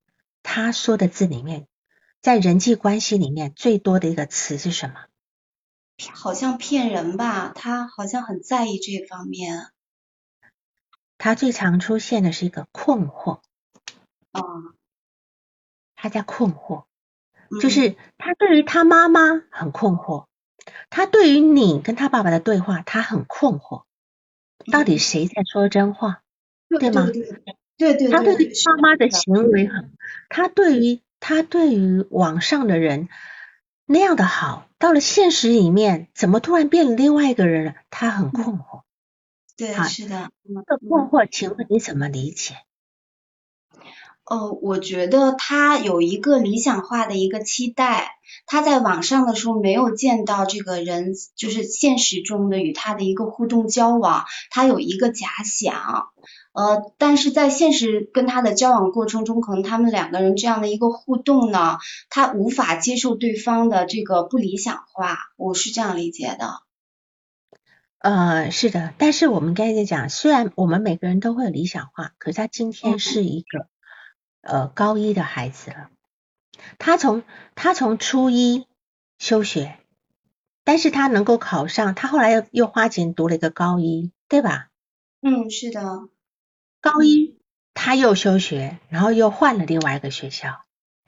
在人际关系里面最多的一个词是什么？ 好像骗人吧，他好像很在意这方面。 他最常出现的是一个困惑。他在困惑，就是他对于他妈妈很困惑，他对于你跟他爸爸的对话他很困惑，到底谁在说真话，对吗？ 对， 他对于妈妈的行为他对于网上的人那样的好，到了现实里面怎么突然变了另外一个人了，他很困惑。 对，是的。 这个困惑请问你怎么理解？ 我觉得他有一个理想化的一个期待，他在网上的时候没有见到这个人，就是现实中的与他的一个互动交往，他有一个假想，但是在现实跟他的交往过程中，可能他们两个人这样的一个互动呢，他无法接受对方的这个不理想化，我是这样理解的。 是的，但是我们刚才讲，虽然我们每个人都会有理想化，可是他今天是一个高一的孩子了，他从初一休学，但是他能够考上，他后来又花钱读了一个高一，对吧？ 是的。 高一他又休学，然后又换了另外一个学校。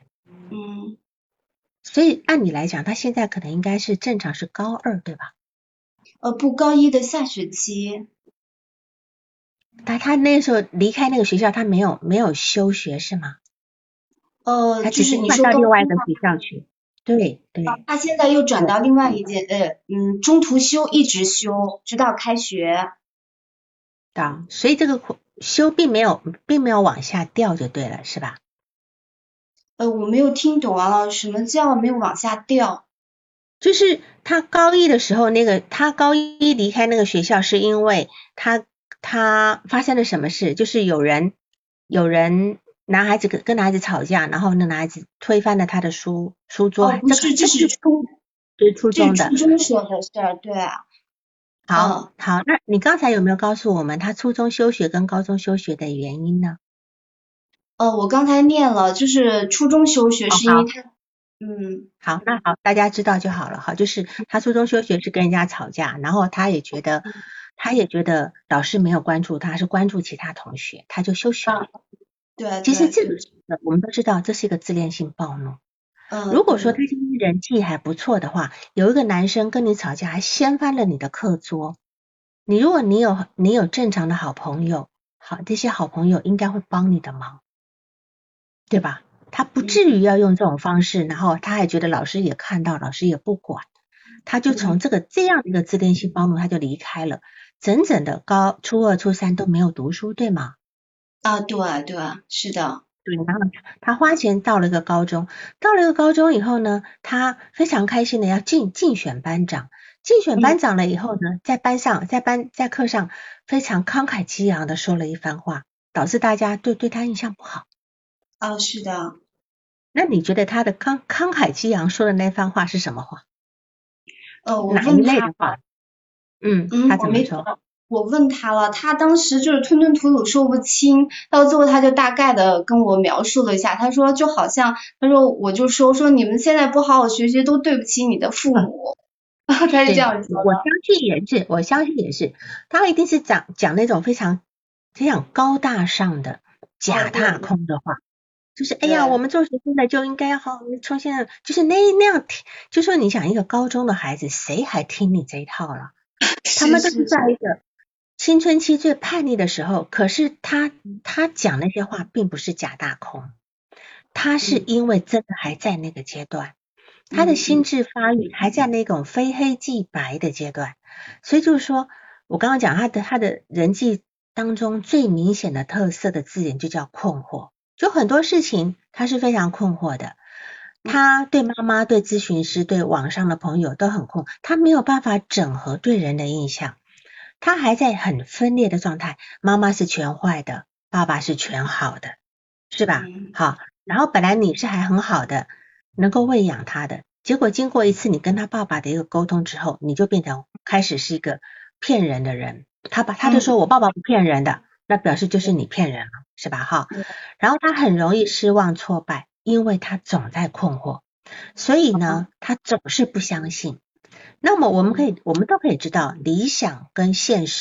所以按理来讲，他现在可能应该是正常是高二，对吧？ 不，高一的下学期。 他那时候离开那个学校，他没有休学是吗？他只是换到另外一个学校去。对。 他现在又转到另外一间，中途休，一直休，直到开学。 所以这个休并没有往下掉就对了，是吧？ 我没有听懂啊，什么叫没有往下掉？ 就是他高一的时候，他高一离开那个学校，是因为他发生了什么事？就是有人男孩子跟男孩子吵架，然后那男孩子推翻了他的书桌。 不是，这是初中的。这是初中时候的事儿，对。 好，那你刚才有没有告诉我们他初中休学跟高中休学的原因呢？ 我刚才念了，就是初中休学是因为他。 好，那好，大家知道就好了。好，就是他初中休学是跟人家吵架，然后他也觉得老师没有关注他，是关注其他同学，他就休学了。 对。 其实这个我们都知道，这是一个自恋性暴怒。如果说他今天人际还不错的话，有一个男生跟你吵架，还掀翻了你的课桌，如果你有正常的好朋友，好，这些好朋友应该会帮你的忙，对吧？他不至于要用这种方式，然后他还觉得老师也看到，老师也不管，他就从这样的一个自恋性暴怒，他就离开了，整整的初二、初三都没有读书，对吗？ 对，是的。 对，然后他花钱到了一个高中，以后呢，他非常开心的要竞选班长，竞选班长了以后呢，在课上非常慷慨激昂的说了一番话，导致大家对他印象不好。 是的。 那你觉得他的慷慨激昂说的那番话是什么话？ 哪一类的话？他怎么说？ 我问他了，他当时就是吞吞吐吐说不清，到最后他就大概的跟我描述了一下，他说就好像，我就说你们现在不好好学习，都对不起你的父母。他是这样说的。 我相信也是，他一定是讲那种非常高大上的假大空的话，就是哎呀，我们做学生的就应该要好好出现，就是那样，就说你想一个高中的孩子，谁还听你这一套了？他们都是在一个青春期最叛逆的时候，可是他讲那些话并不是假大空，他是因为真的还在那个阶段，他的心智发育还在那种非黑即白的阶段，所以就是说我刚刚讲他的人际当中最明显的特色的字眼就叫困惑，就很多事情他是非常困惑的，他对妈妈、对咨询师、对网上的朋友都很困，他没有办法整合对人的印象，他还在很分裂的状态，妈妈是全坏的，爸爸是全好的，是吧？好，然后本来你是还很好的，能够喂养他的，结果经过一次你跟他爸爸的一个沟通之后，你就变成开始是一个骗人的人，他就说我爸爸不骗人的，那表示就是你骗人了，是吧？哈，然后他很容易失望挫败，因为他总在困惑，所以呢，他总是不相信。那么我们都可以知道，理想跟现实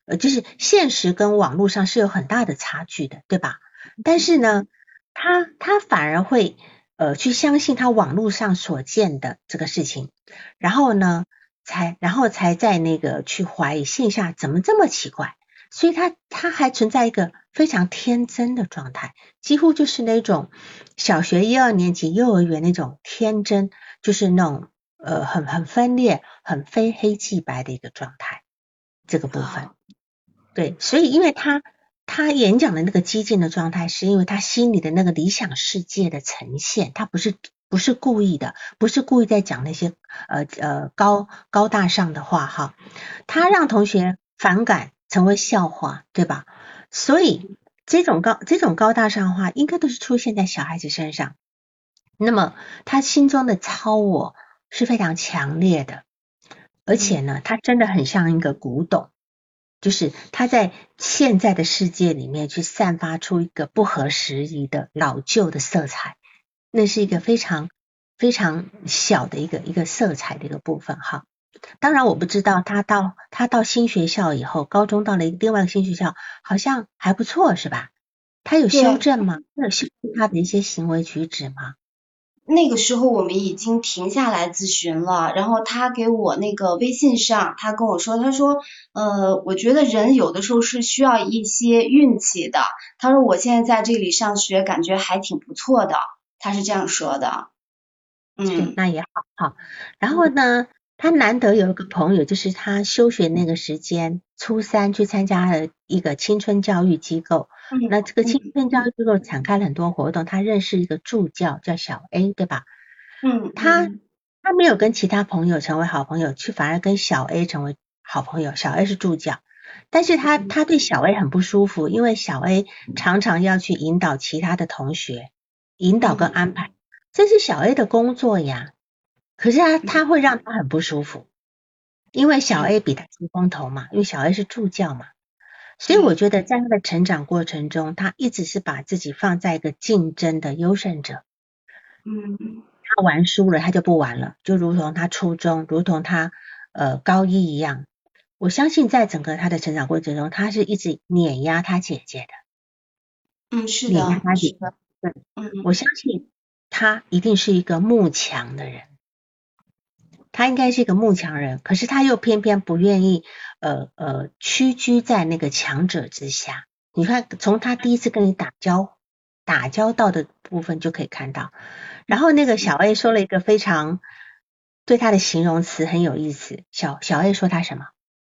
就是现实跟网络上是有很大的差距的，对吧？但是呢，他反而会去相信他网络上所见的这个事情，然后才在那个去怀疑线下怎么这么奇怪，所以他还存在一个非常天真的状态，几乎就是那种小学1、2年级幼儿园那种天真，就是那种很分裂、很非黑即白的一个状态，这个部分。对，所以因为他演讲的那个激进的状态，是因为他心里的那个理想世界的呈现，他不是故意的，不是故意在讲那些高大上的话哈，他让同学反感，成为笑话，对吧？所以这种高大上的话，应该都是出现在小孩子身上。那么他心中的超我是非常强烈的，而且呢，他真的很像一个古董。就是他在现在的世界里面去散发出一个不合时宜的老旧的色彩，那是一个非常非常小的一个色彩的一个部分哈。当然我不知道他到新学校以后，高中到了另外一个新学校，好像还不错是吧？他有修正吗？他有修正他的一些行为举止吗？ 那个时候我们已经停下来咨询了，然后他给我那个微信上，他跟我说，他说，我觉得人有的时候是需要一些运气的。他说我现在在这里上学，感觉还挺不错的，他是这样说的。 是，那也好。然后呢，他难得有一个朋友，就是他休学那个时间，初3去参加了一个青春教育机构。那这个青春教育机构展开了很多活动，他认识一个助教叫小 A， 对吧？他没有跟其他朋友成为好朋友，反而跟小 A 成为好朋友。小 A 是助教，但是他对小 A 很不舒服，因为小 A 常常要去引导其他的同学，引导跟安排。这是小 A 的工作呀，可是他会让他很不舒服，因为小 A 比他出风头嘛，因为小 A 是助教嘛，所以我觉得在他的成长过程中，他一直是把自己放在一个竞争的优胜者。他玩输了他就不玩了，就如同他初中，如同他高1一样。我相信在整个他的成长过程中，他是一直碾压他姐姐的。 是的， 碾压他姐姐。对，我相信他一定是一个慕强的人，他应该是一个慕强人，可是他又偏偏不愿意屈居在那个强者之下。你看，从他第一次跟你打交道的部分就可以看到。然后那个小 A 说了一个非常对他的形容词很有意思，小 A 说他什么？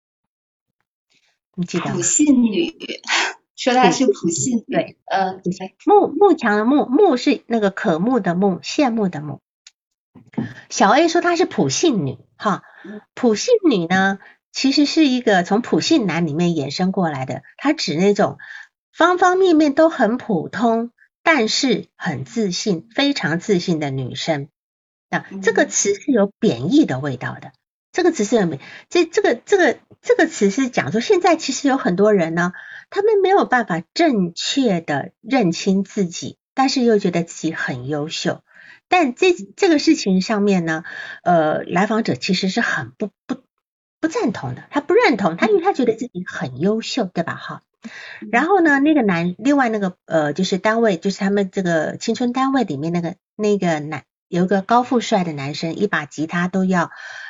你记得吗？ 普信女，说他是普信女。 对，慕强的慕是那个可慕的慕，羡慕的慕。小 A 说她是普信女哈，普信女呢其实是一个从普信男里面衍生过来的，它指那种方方面面都很普通，但是很自信，非常自信的女生。那这个词是有贬义的味道的，这个词是有这个词是讲说现在其实有很多人呢，他们没有办法正确的认清自己，但是又觉得自己很优秀。但这个事情上面呢，来访者其实是很不赞同的，他不认同，因为他觉得自己很优秀，对吧？哈。然后呢，另外那个就是单位，就是他们这个青春单位里面那个有一个高富帅的男生，一把吉他都要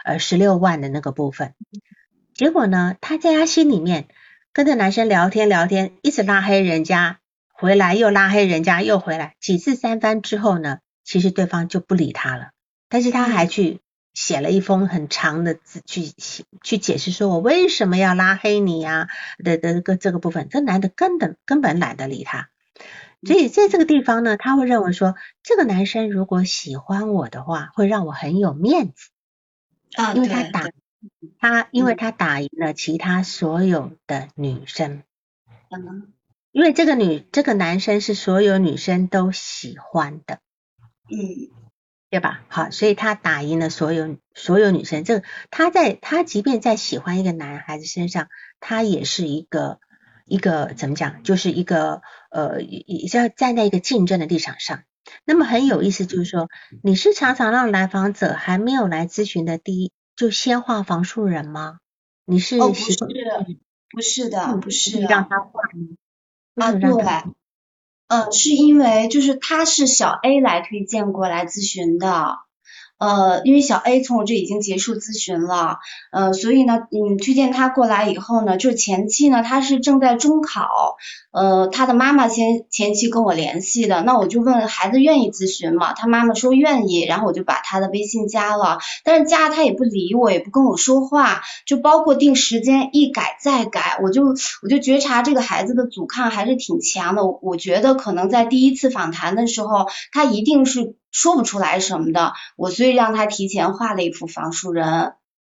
16万的那个部分。结果呢，他在他心里面跟这男生聊天，一直拉黑人家，回来又拉黑人家，又回来，几次3番之后呢，其实对方就不理他了，但是他还去写了一封很长的字去解释说我为什么要拉黑你呀的这个部分，这男的根本懒得理他。所以在这个地方呢，他会认为说这个男生如果喜欢我的话，会让我很有面子，因为他打赢了其他所有的女生。因为这个男生是所有女生都喜欢的。对吧？好，所以他打赢了所有女生。这个他即便在喜欢一个男孩子身上，他也是一个怎么讲，就是一个也是要站在一个竞争的立场上。那么很有意思，就是说你是常常让来访者还没有来咨询的就先画房树人吗？你是不是， 不是的，不是你让他画呢？为什啊， 么对。 让他画？ 是因为就是他是小 A 来推荐过来咨询的，因为小 A 从我这已经结束咨询了，所以呢，推荐他过来以后呢，就是前期呢他是正在中考，他的妈妈前期跟我联系的，那我就问孩子愿意咨询吗？他妈妈说愿意，然后我就把他的微信加了，但是加他也不理我，也不跟我说话，就包括定时间一改再改，我就觉察这个孩子的阻抗还是挺强的，我觉得可能在第一次访谈的时候，他一定是说不出来什么的，所以让他提前画了一幅房树人。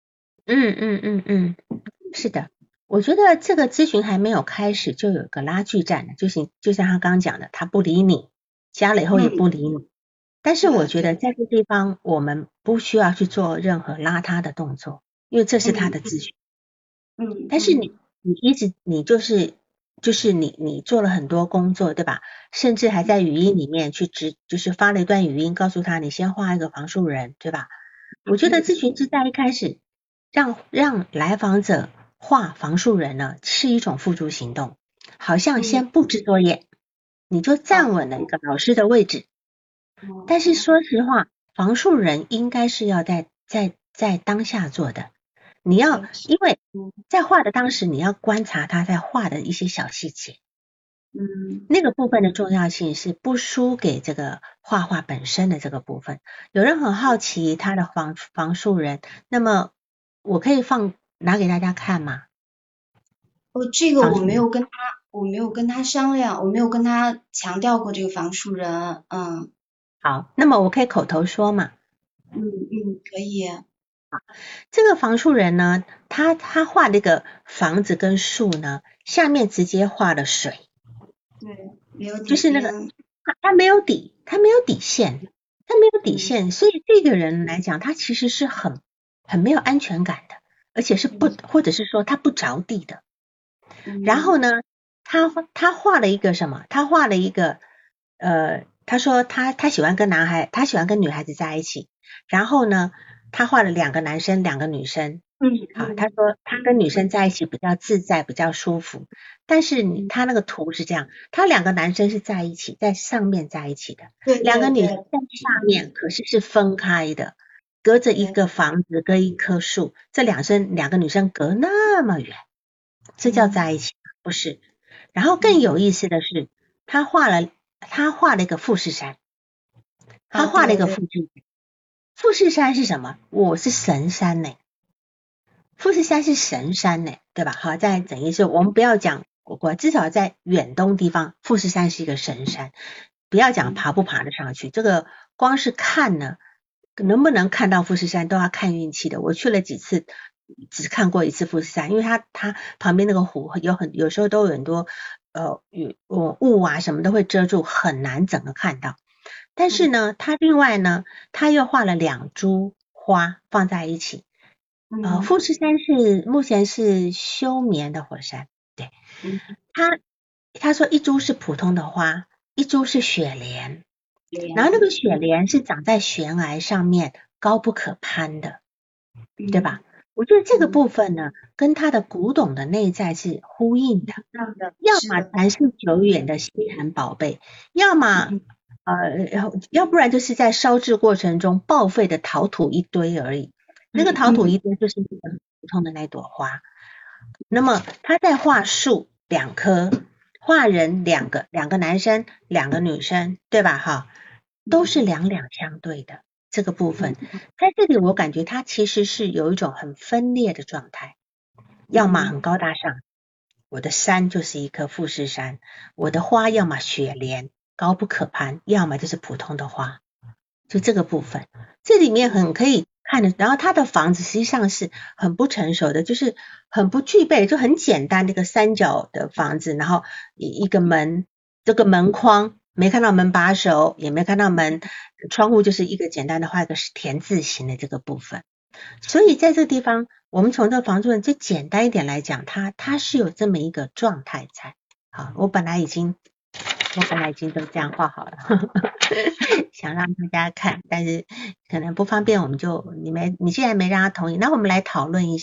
是的，我觉得这个咨询还没有开始就有个拉锯战了，就像他刚刚讲的，他不理你，加了以后也不理你。但是我觉得在这地方我们不需要去做任何拉他的动作，因为这是他的咨询。但是你一直你就是你做了很多工作，对吧？甚至还在语音里面就是发了一段语音告诉他你先画一个房树人，对吧？我觉得咨询师在一开始让来访者画房树人呢是一种付诸行动，好像先布置作业，你就站稳了一个老师的位置。但是说实话，房树人应该是要在当下做的。你要因为在画的当时，你要观察他在画的一些小细节。那个部分的重要性是不输给这个画画本身的这个部分。有人很好奇他的房树人，那么我可以拿给大家看吗？ 这个我没有跟他商量，我没有跟他强调过这个房树人。 好，那么我可以口头说嘛？ 可以。 好，这个房树人呢，他画这个房子跟树呢，下面直接画了水。 对，没有底， 就是那个他没有底，他没有底线，所以这个人来讲，他其实是很没有安全感的，而且是或者是说他不着地的。然后呢，他画了一个什么？他画了一个他说他喜欢跟他喜欢跟女孩子在一起。然后呢，他画了2个男生2个女生。好，他说他跟女生在一起比较自在，比较舒服。但是他那个图是这样，他2个男生是在一起，在上面在一起的，2个女生在下面，可是是分开的，隔着一个房子，隔一棵树，这2个女生隔那么远，这叫在一起吗？不是。然后更有意思的是，他画了一个富士山，他画了一个富士山。富士山是什么？我是神山呢。富士山是神山呢，对吧？好，再整一次，我们不要讲国，至少在远东地方，富士山是一个神山。不要讲爬不爬得上去，这个光是看呢，能不能看到富士山都要看运气的。我去了几次，只看过一次富士山，因为它旁边那个湖有时候都有很多雾啊什么都会遮住，很难整个看到。但是呢，他另外呢，他又画了2株花放在一起。富士山目前是休眠的火山，对。他说一株是普通的花，一株是雪莲，然后那个雪莲是长在悬崖上面，高不可攀的，对吧？我觉得这个部分呢，跟他的古董的内在是呼应的，要么传世久远的稀罕宝贝，要么要不然就是在烧制过程中报废的陶土一堆而已。那个陶土一堆就是普通的那朵花。那么他在画树2棵，画人2个男生2个女生，对吧？哈，都是两相对的这个部分。在这里我感觉他其实是有一种很分裂的状态，要么很高大上，我的山就是一棵富士山，我的花要么雪莲高不可攀，要么就是普通的花，就这个部分。这里面很可以看的，然后他的房子实际上是很不成熟的，就是很不具备，就很简单的一个三角的房子，然后一个门，这个门框没看到门把手，也没看到门，窗户就是一个简单的画一个田字形的这个部分。所以在这个地方，我们从这个房主任最简单一点来讲，他是有这么一个状态在。好，我本来已经都这样画好了想让大家看，但是可能不方便，我们就你既然没让他同意，那我们来讨论一下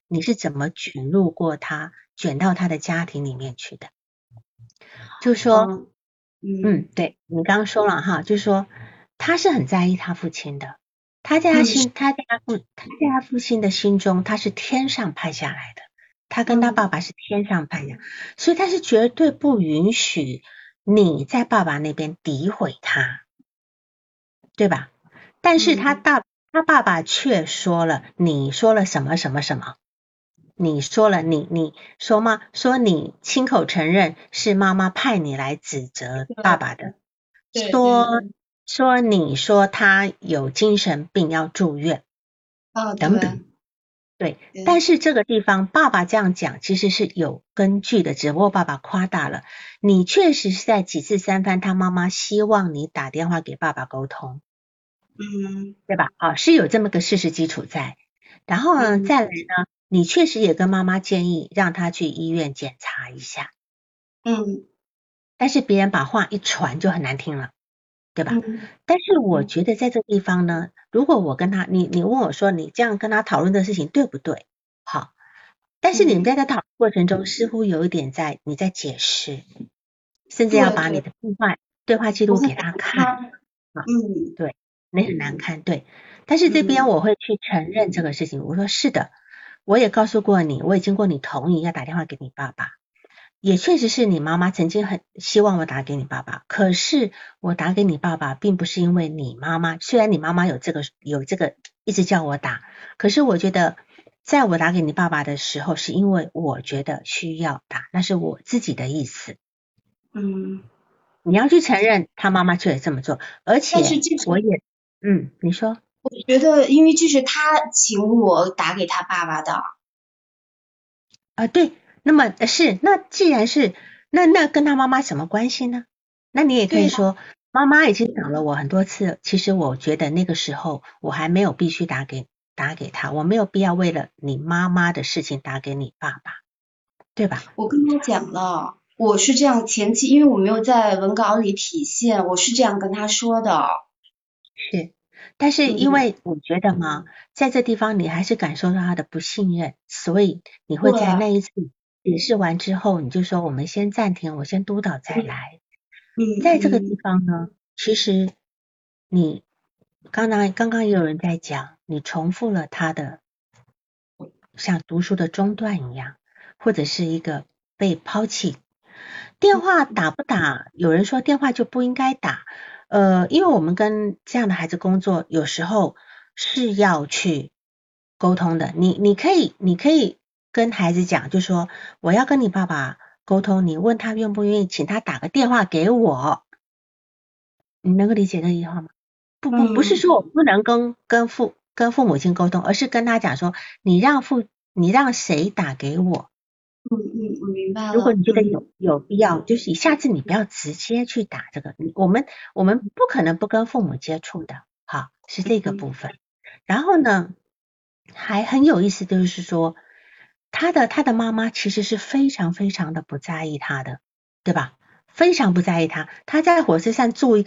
你是怎么卷入过他，卷到他的家庭里面去的。就是说，对，你刚刚说了哈，就是说他是很在意他父亲的，他在他父亲的心中，他是天上派下来的，他跟他爸爸是天上派的，所以他是绝对不允许你在爸爸那边诋毁他，对吧？但是他爸爸却说了，你说了什么什么什么，你说了你说吗？说你亲口承认是妈妈派你来指责爸爸的，说你说他有精神病要住院，等等，对。但是这个地方爸爸这样讲其实是有根据的，只不过爸爸夸大了。你确实是在几次三番他妈妈希望你打电话给爸爸沟通，对吧？是有这么个事实基础在。然后呢，再来呢，你确实也跟妈妈建议让他去医院检查一下，但是别人把话一传就很难听了，对吧？但是我觉得在这个地方呢，如果我跟他，你问我说你这样跟他讨论的事情对不对？好，但是你在讨论过程中似乎有一点你在解释，甚至要把你的对话记录给他看，对，那很难看，对。但是这边我会去承认这个事情，我说是的，我也告诉过你，我也经过你同意要打电话给你爸爸，也确实是你妈妈曾经很希望我打给你爸爸，可是我打给你爸爸并不是因为你妈妈，虽然你妈妈有这个一直叫我打，可是我觉得在我打给你爸爸的时候，是因为我觉得需要打，那是我自己的意思。你要去承认他妈妈确实这么做，而且我也你说。 我觉得因为这是他请我打给他爸爸的。 对，那么那既然是那跟他妈妈什么关系呢？那你也可以说妈妈已经找了我很多次，其实我觉得那个时候我还没有必须打给他，我没有必要为了你妈妈的事情打给你爸爸，对吧？ 我跟他讲了，我是这样前期，因为我没有在文稿里体现，我是这样跟他说的。 是，但是因为我觉得嘛，在这地方你还是感受到他的不信任，所以你会在那一次解释完之后，你就说我们先暂停，我先督导再来。在这个地方呢，其实你刚刚也有人在讲，你重复了他的像读书的中断一样，或者是一个被抛弃。电话打不打？有人说电话就不应该打。因为我们跟这样的孩子工作，有时候是要去沟通的。你可以跟孩子讲，就说我要跟你爸爸沟通，你问他愿不愿意，请他打个电话给我。你能够理解这句话吗？不是说我不能跟父母亲沟通，而是跟他讲说，你让谁打给我。 我明白了。 如果你觉得有必要，就是下次你不要直接去打这个，我们不可能不跟父母接触的，好，是这个部分。然后呢，还很有意思，就是说他的妈妈其实是非常非常的不在意他的，对吧？非常不在意他，他在火车站坐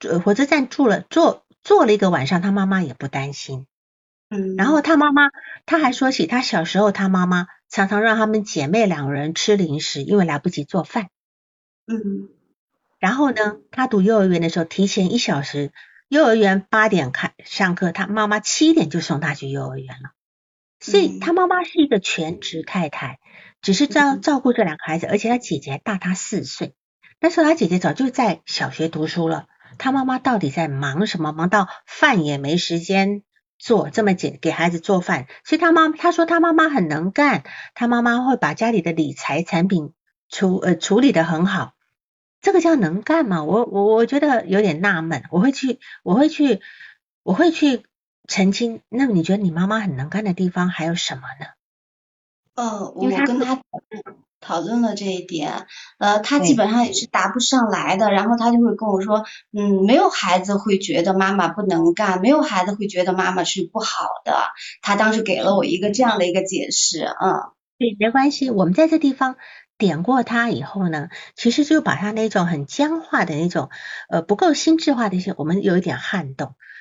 了一个晚上，他妈妈也不担心。然后他妈妈还说起他小时候，他妈妈常常让他们姐妹2个人吃零食，因为来不及做饭。然后呢，他读幼儿园的时候提前1小时，幼儿园8点上课，他妈妈7点就送他去幼儿园了。所以他妈妈是一个全职太太，只是照顾这2个孩子，而且他姐姐大他4岁。那时候他姐姐早就在小学读书了，他妈妈到底在忙什么？忙到饭也没时间做，这么给孩子做饭。所以他说他妈妈很能干，他妈妈会把家里的理财产品处理得很好。这个叫能干吗？我觉得有点纳闷，我会去澄清。那你觉得你妈妈很能干的地方还有什么呢？ 我跟他讨论了这一点，他基本上也是答不上来的，然后他就会跟我说，没有孩子会觉得妈妈不能干，没有孩子会觉得妈妈是不好的，他当时给了我一个这样的一个解释。 对，没关系，我们在这地方点过他以后呢，其实就把他那种很僵化的那种不够心智化的一些，我们有一点撼动。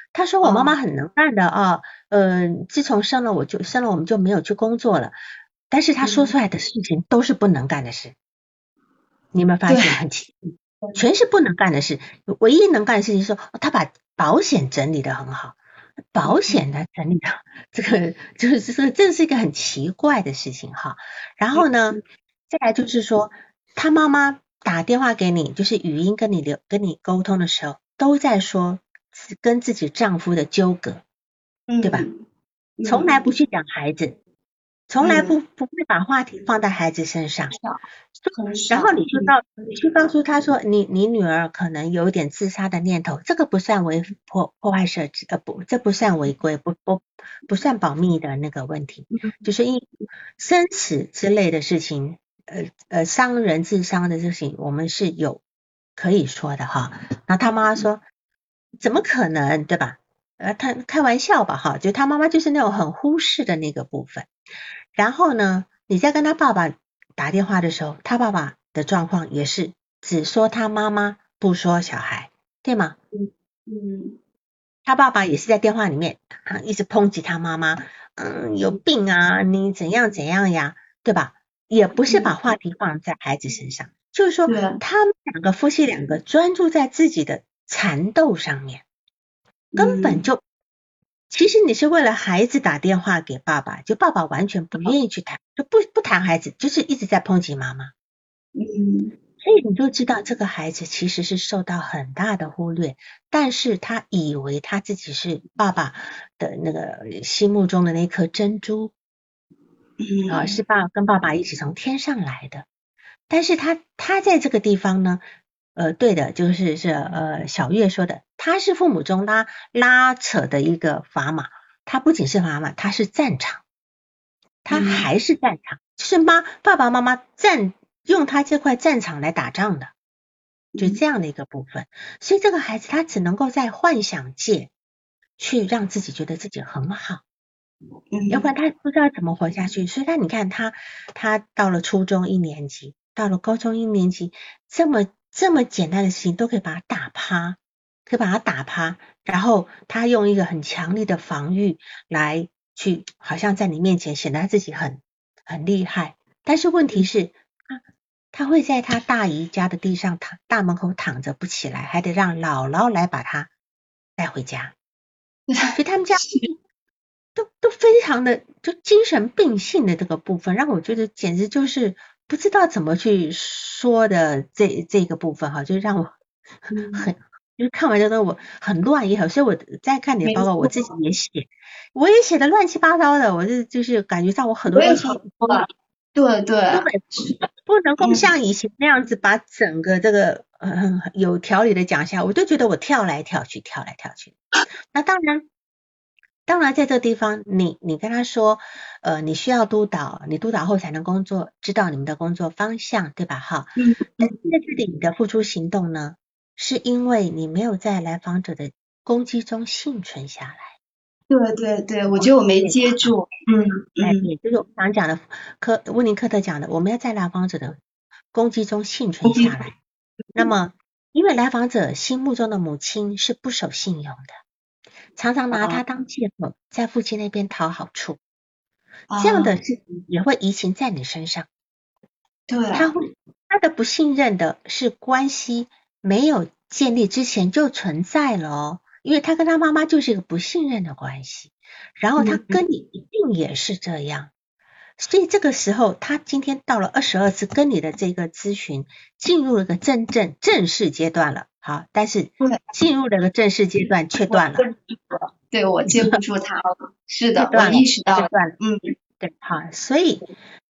他说我妈妈很能干的啊，自从生了我们就没有去工作了，但是他说出来的事情都是不能干的事，你有没有发现很奇怪？全是不能干的事，唯一能干的事情是说他把保险整理得很好，保险的整理的这个这是一个很奇怪的事情哈。然后呢，再来就是说他妈妈打电话给你，就是语音跟你沟通的时候，都在说跟自己丈夫的纠葛，对吧？从来不去讲孩子，从来不会把话题放在孩子身上。然后你去告诉他说，你女儿可能有点自杀的念头，这个不算破坏设置，这不算违规，不算保密的那个问题，就是因生死之类的事情，伤人自伤的事情，我们是有可以说的哈。然后他妈妈说，怎么可能，对吧？他开玩笑吧哈，就他妈妈就是那种很忽视的那个部分。然后呢，你在跟他爸爸打电话的时候，他爸爸的状况也是只说他妈妈，不说小孩，对吗？他爸爸也是在电话里面一直抨击他妈妈，有病啊，你怎样怎样呀，对吧？也不是把话题放在孩子身上，就是说他们夫妻两个专注在自己的缠斗上面，根本就其实你是为了孩子打电话给爸爸，就爸爸完全不愿意去谈，就不谈孩子，就是一直在抨击妈妈。所以你就知道这个孩子其实是受到很大的忽略，但是他以为他自己是爸爸的那个心目中的那颗珍珠，是跟爸爸一起从天上来的。但是他在这个地方呢，对的，就是小月说的，他是父母中拉扯的一个砝码，他不仅是砝码，他是战场，他还是战场，就是爸爸妈妈用他这块战场来打仗的，就这样的一个部分。所以这个孩子他只能够在幻想界去让自己觉得自己很好，要不然他不知道怎么活下去。所以你看他到了初中1年级，到了高中1年级，这么简单的事情都可以把他打趴，然后他用一个很强力的防御来去好像在你面前显得他自己很厉害。但是问题是他会在他大姨家的地上大门口躺着不起来，还得让姥姥来把他带回家。所以他们家都非常的就精神病性的这个部分，让我觉得简直就是不知道怎么去说的这个部分哈，就让我就是看完这个我很乱也好，所以我在看你的报告，我自己我也写的乱七八糟的，我就是感觉上我很多东西对， 不能够像以前那样子把整个这个有条理的讲下，我就觉得我跳来跳去。那当然在这个地方你跟他说你需要督导，你督导后才能工作，知道你们的工作方向，对吧哈？在这里你的付出行动呢，是因为你没有在来访者的攻击中幸存下来。 对，我觉得我没接住。 就是我常讲的温尼科特讲的，我们要在来访者的攻击中幸存下来。那么因为来访者心目中的母亲是不守信用的，常常拿他当借口在父亲那边讨好处，这样的事情也会移情在你身上。 对， 他的不信任的是关系没有建立之前就存在了哦，因为他跟他妈妈就是一个不信任的关系，然后他跟你一定也是这样，所以这个时候他今天到了22次跟你的这个咨询，进入了个正式阶段了，好，但是进入了个正式阶段却断了， 对，我接不住他了，是的，我意识到了， 对，好，所以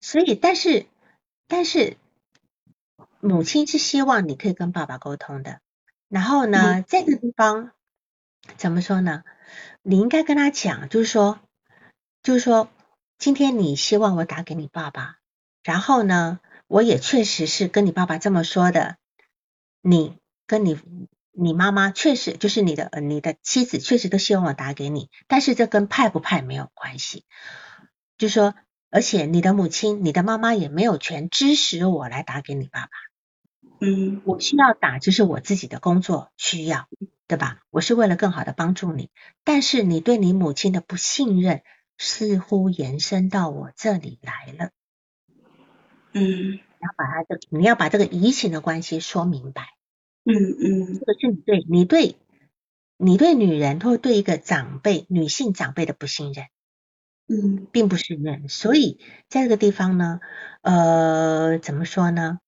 但是母亲是希望你可以跟爸爸沟通的，然后呢，这个地方怎么说呢？你应该跟他讲，就是说今天你希望我打给你爸爸，然后呢，我也确实是跟你爸爸这么说的，你跟你妈妈确实就是你的妻子确实都希望我打给你，但是这跟派不派没有关系，就是说而且你的母亲你的妈妈也没有权支持我来打给你爸爸，我需要打就是我自己的工作需要， 对吧？我是为了更好的帮助你，但是你对你母亲的不信任似乎延伸到我这里来了。你要把这个移情的关系说明白。这个是你对女人或对一个长辈、女性长辈的不信任。并不是人，所以在这个地方呢，怎么说呢？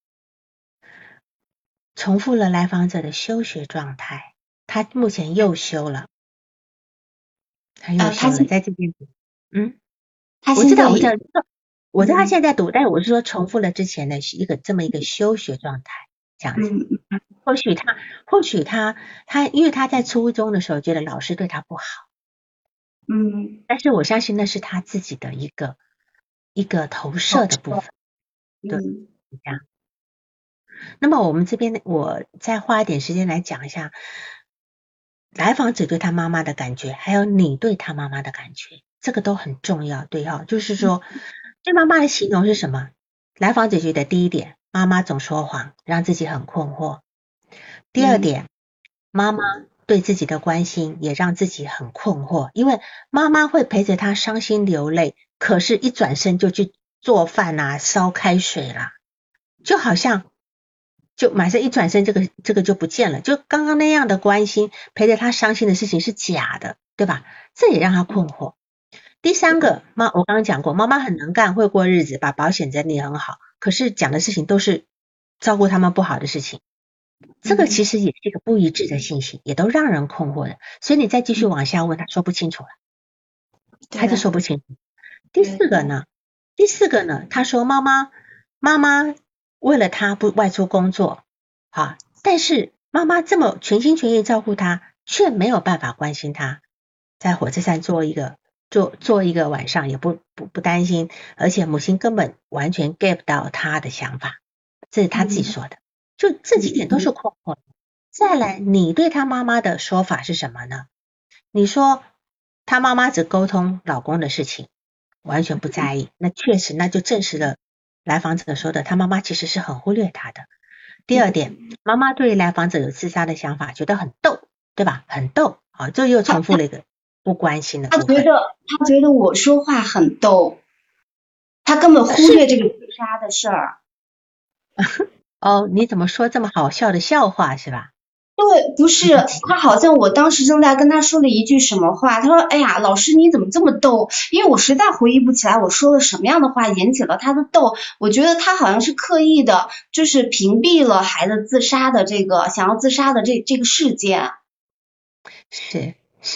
重复了来访者的修学状态，他目前又修了，他又修了，在这边读，我知道，我知道他现在读，但是我是说重复了之前的这么一个修学状态，这样子。或许他，因为他在初中的时候觉得老师对他不好，但是我相信那是他自己的一个投射的部分，对，这样。那么我们这边我再花一点时间来讲一下来访者对他妈妈的感觉，还有你对他妈妈的感觉，这个都很重要，对哈，就是说对妈妈的形容是什么？来访者觉得第一点，妈妈总说谎，让自己很困惑。第二点，妈妈对自己的关心也让自己很困惑，因为妈妈会陪着他伤心流泪，可是一转身就去做饭啊，烧开水啦，就好像就马上一转身这个就不见了，就刚刚那样的关心陪着他伤心的事情是假的，对吧？这也让他困惑。第三个，我刚刚讲过，妈妈很能干，会过日子，把保险整理很好，可是讲的事情都是照顾他们不好的事情，这个其实也是一个不一致的信息，也都让人困惑的。所以你再继续往下问，他说不清楚了，他就说不清楚。第四个呢，他说妈妈为了他不外出工作，但是妈妈这么全心全意照顾他，却没有办法关心他，在火车站坐一个晚上也不担心，而且母亲根本完全 get 不到他的想法，这是他自己说的，就这几点都是困惑。再来，你对他妈妈的说法是什么呢？你说他妈妈只沟通老公的事情，完全不在意，那确实那就证实了来访者说的，他妈妈其实是很忽略他的。第二点，妈妈对于来访者有自杀的想法，觉得很逗，对吧？很逗，好，这又重复了一个不关心的部分。 他觉得我说话很逗，他根本忽略这个自杀的事儿。 哦，你怎么说这么好笑的笑话是吧？ 对，不是，他好像我当时正在跟他说了一句什么话，他说哎呀老师你怎么这么逗，因为我实在回忆不起来我说了什么样的话引起了他的逗，我觉得他好像是刻意的就是屏蔽了孩子自杀的这个想要自杀的这个事件。 是，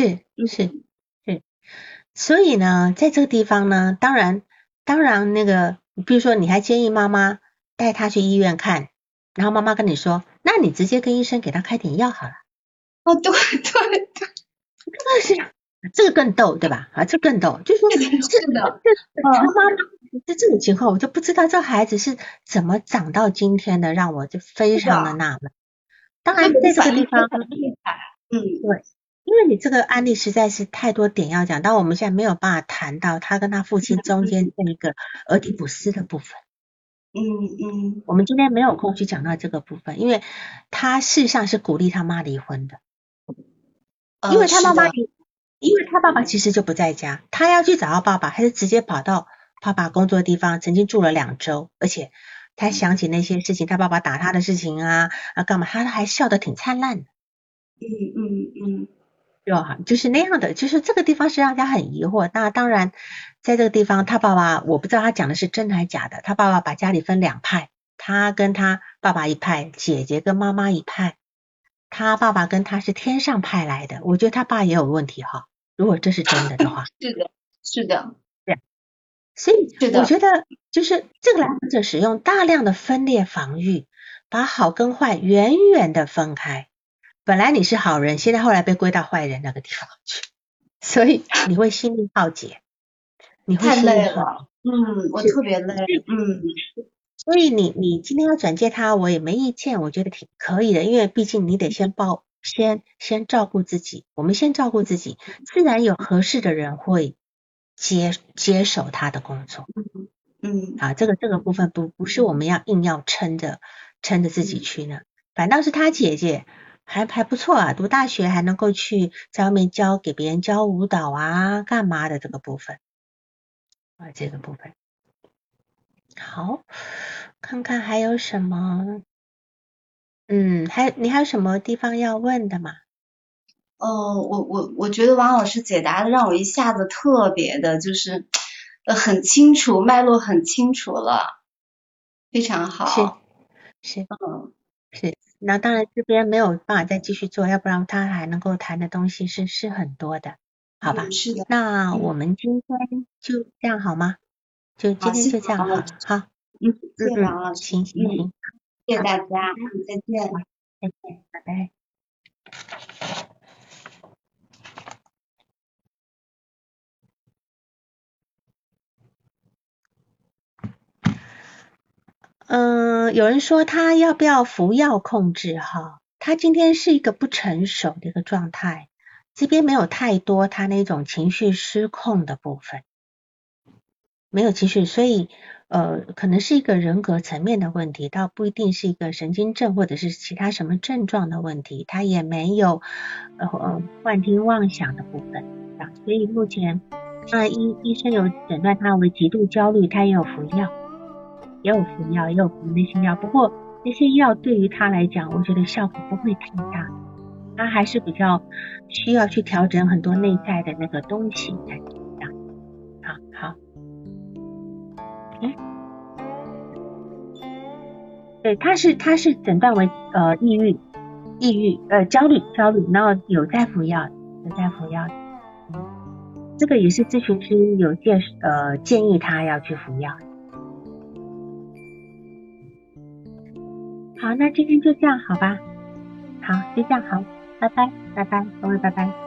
所以呢在这个地方呢，当然那个比如说你还建议妈妈带他去医院看，然后妈妈跟你说，那你直接跟医生给他开点药好了。 哦，对， 这个更逗，对吧？这更逗，就是说， 是的， 他妈妈在这种情况，我就不知道这孩子是怎么长到今天的，让我就非常的纳闷。当然，在这个地方，对，因为你这个案例实在是太多点要讲，但我们现在没有办法谈到他跟他父亲中间这一个俄狄浦斯的部分。我们今天没有空去讲到这个部分，因为他事实上是鼓励他妈离婚的，因为他妈妈因为他爸爸其实就不在家，他要去找到爸爸，还是直接跑到爸爸工作的地方，曾经住了2周，而且他想起那些事情，他爸爸打他的事情啊干嘛，他还笑得挺灿烂的。就是那样的，就是这个地方是让人家很疑惑。那当然，在这个地方，他爸爸我不知道他讲的是真的还是假的。他爸爸把家里分2派，他跟他爸爸一派，姐姐跟妈妈一派。他爸爸跟他是天上派来的，我觉得他爸也有问题哈。如果这是真的的话， 是的， 对，所以我觉得就是这个来访者使用大量的分裂防御，把好跟坏远远的分开。本来你是好人，现在后来被归到坏人那个地方去，所以你会心力耗竭， 太累了，我特别累， 所以你今天要转介他，我也没意见，我觉得挺可以的，因为毕竟你得先照顾自己，我们先照顾自己，自然有合适的人会接手他的工作。这个部分不是我们要硬要撑着自己去呢，反倒是他姐姐还不错啊，读大学还能够去在外面给别人教舞蹈啊，干嘛的这个部分啊，这个部分。好，看看还有什么，你还有什么地方要问的吗？ 我觉得王老师解答的让我一下子特别的，就是很清楚，脉络很清楚了，非常好。 是嗯， 是，那当然这边没有办法再继续做，要不然他还能够谈的东西是很多的，好吧？ 是的。 那我们今天就这样好吗？就好， 今天谢谢就这样好， 王老师。 好， 谢谢王老师。 行， 谢谢好， 大家， 拜再见。 拜，再见，拜拜。有人说他要不要服药控制哈？他今天是一个不成熟的一个状态，这边没有太多他那种情绪失控的部分，没有情绪，所以可能是一个人格层面的问题，倒不一定是一个神经症或者是其他什么症状的问题，他也没有幻听妄想的部分啊，所以目前医生有诊断他为极度焦虑，他也有服药。也有服那些药，不过那些药对于他来讲，我觉得效果不会太大，他还是比较需要去调整很多内在的那个东西才这样。好，对，他是诊断为抑郁焦虑，然后有在服药，这个也是咨询师有建议他要去服药。好，那今天就这样好吧？好，就这样好，拜拜，各位拜拜。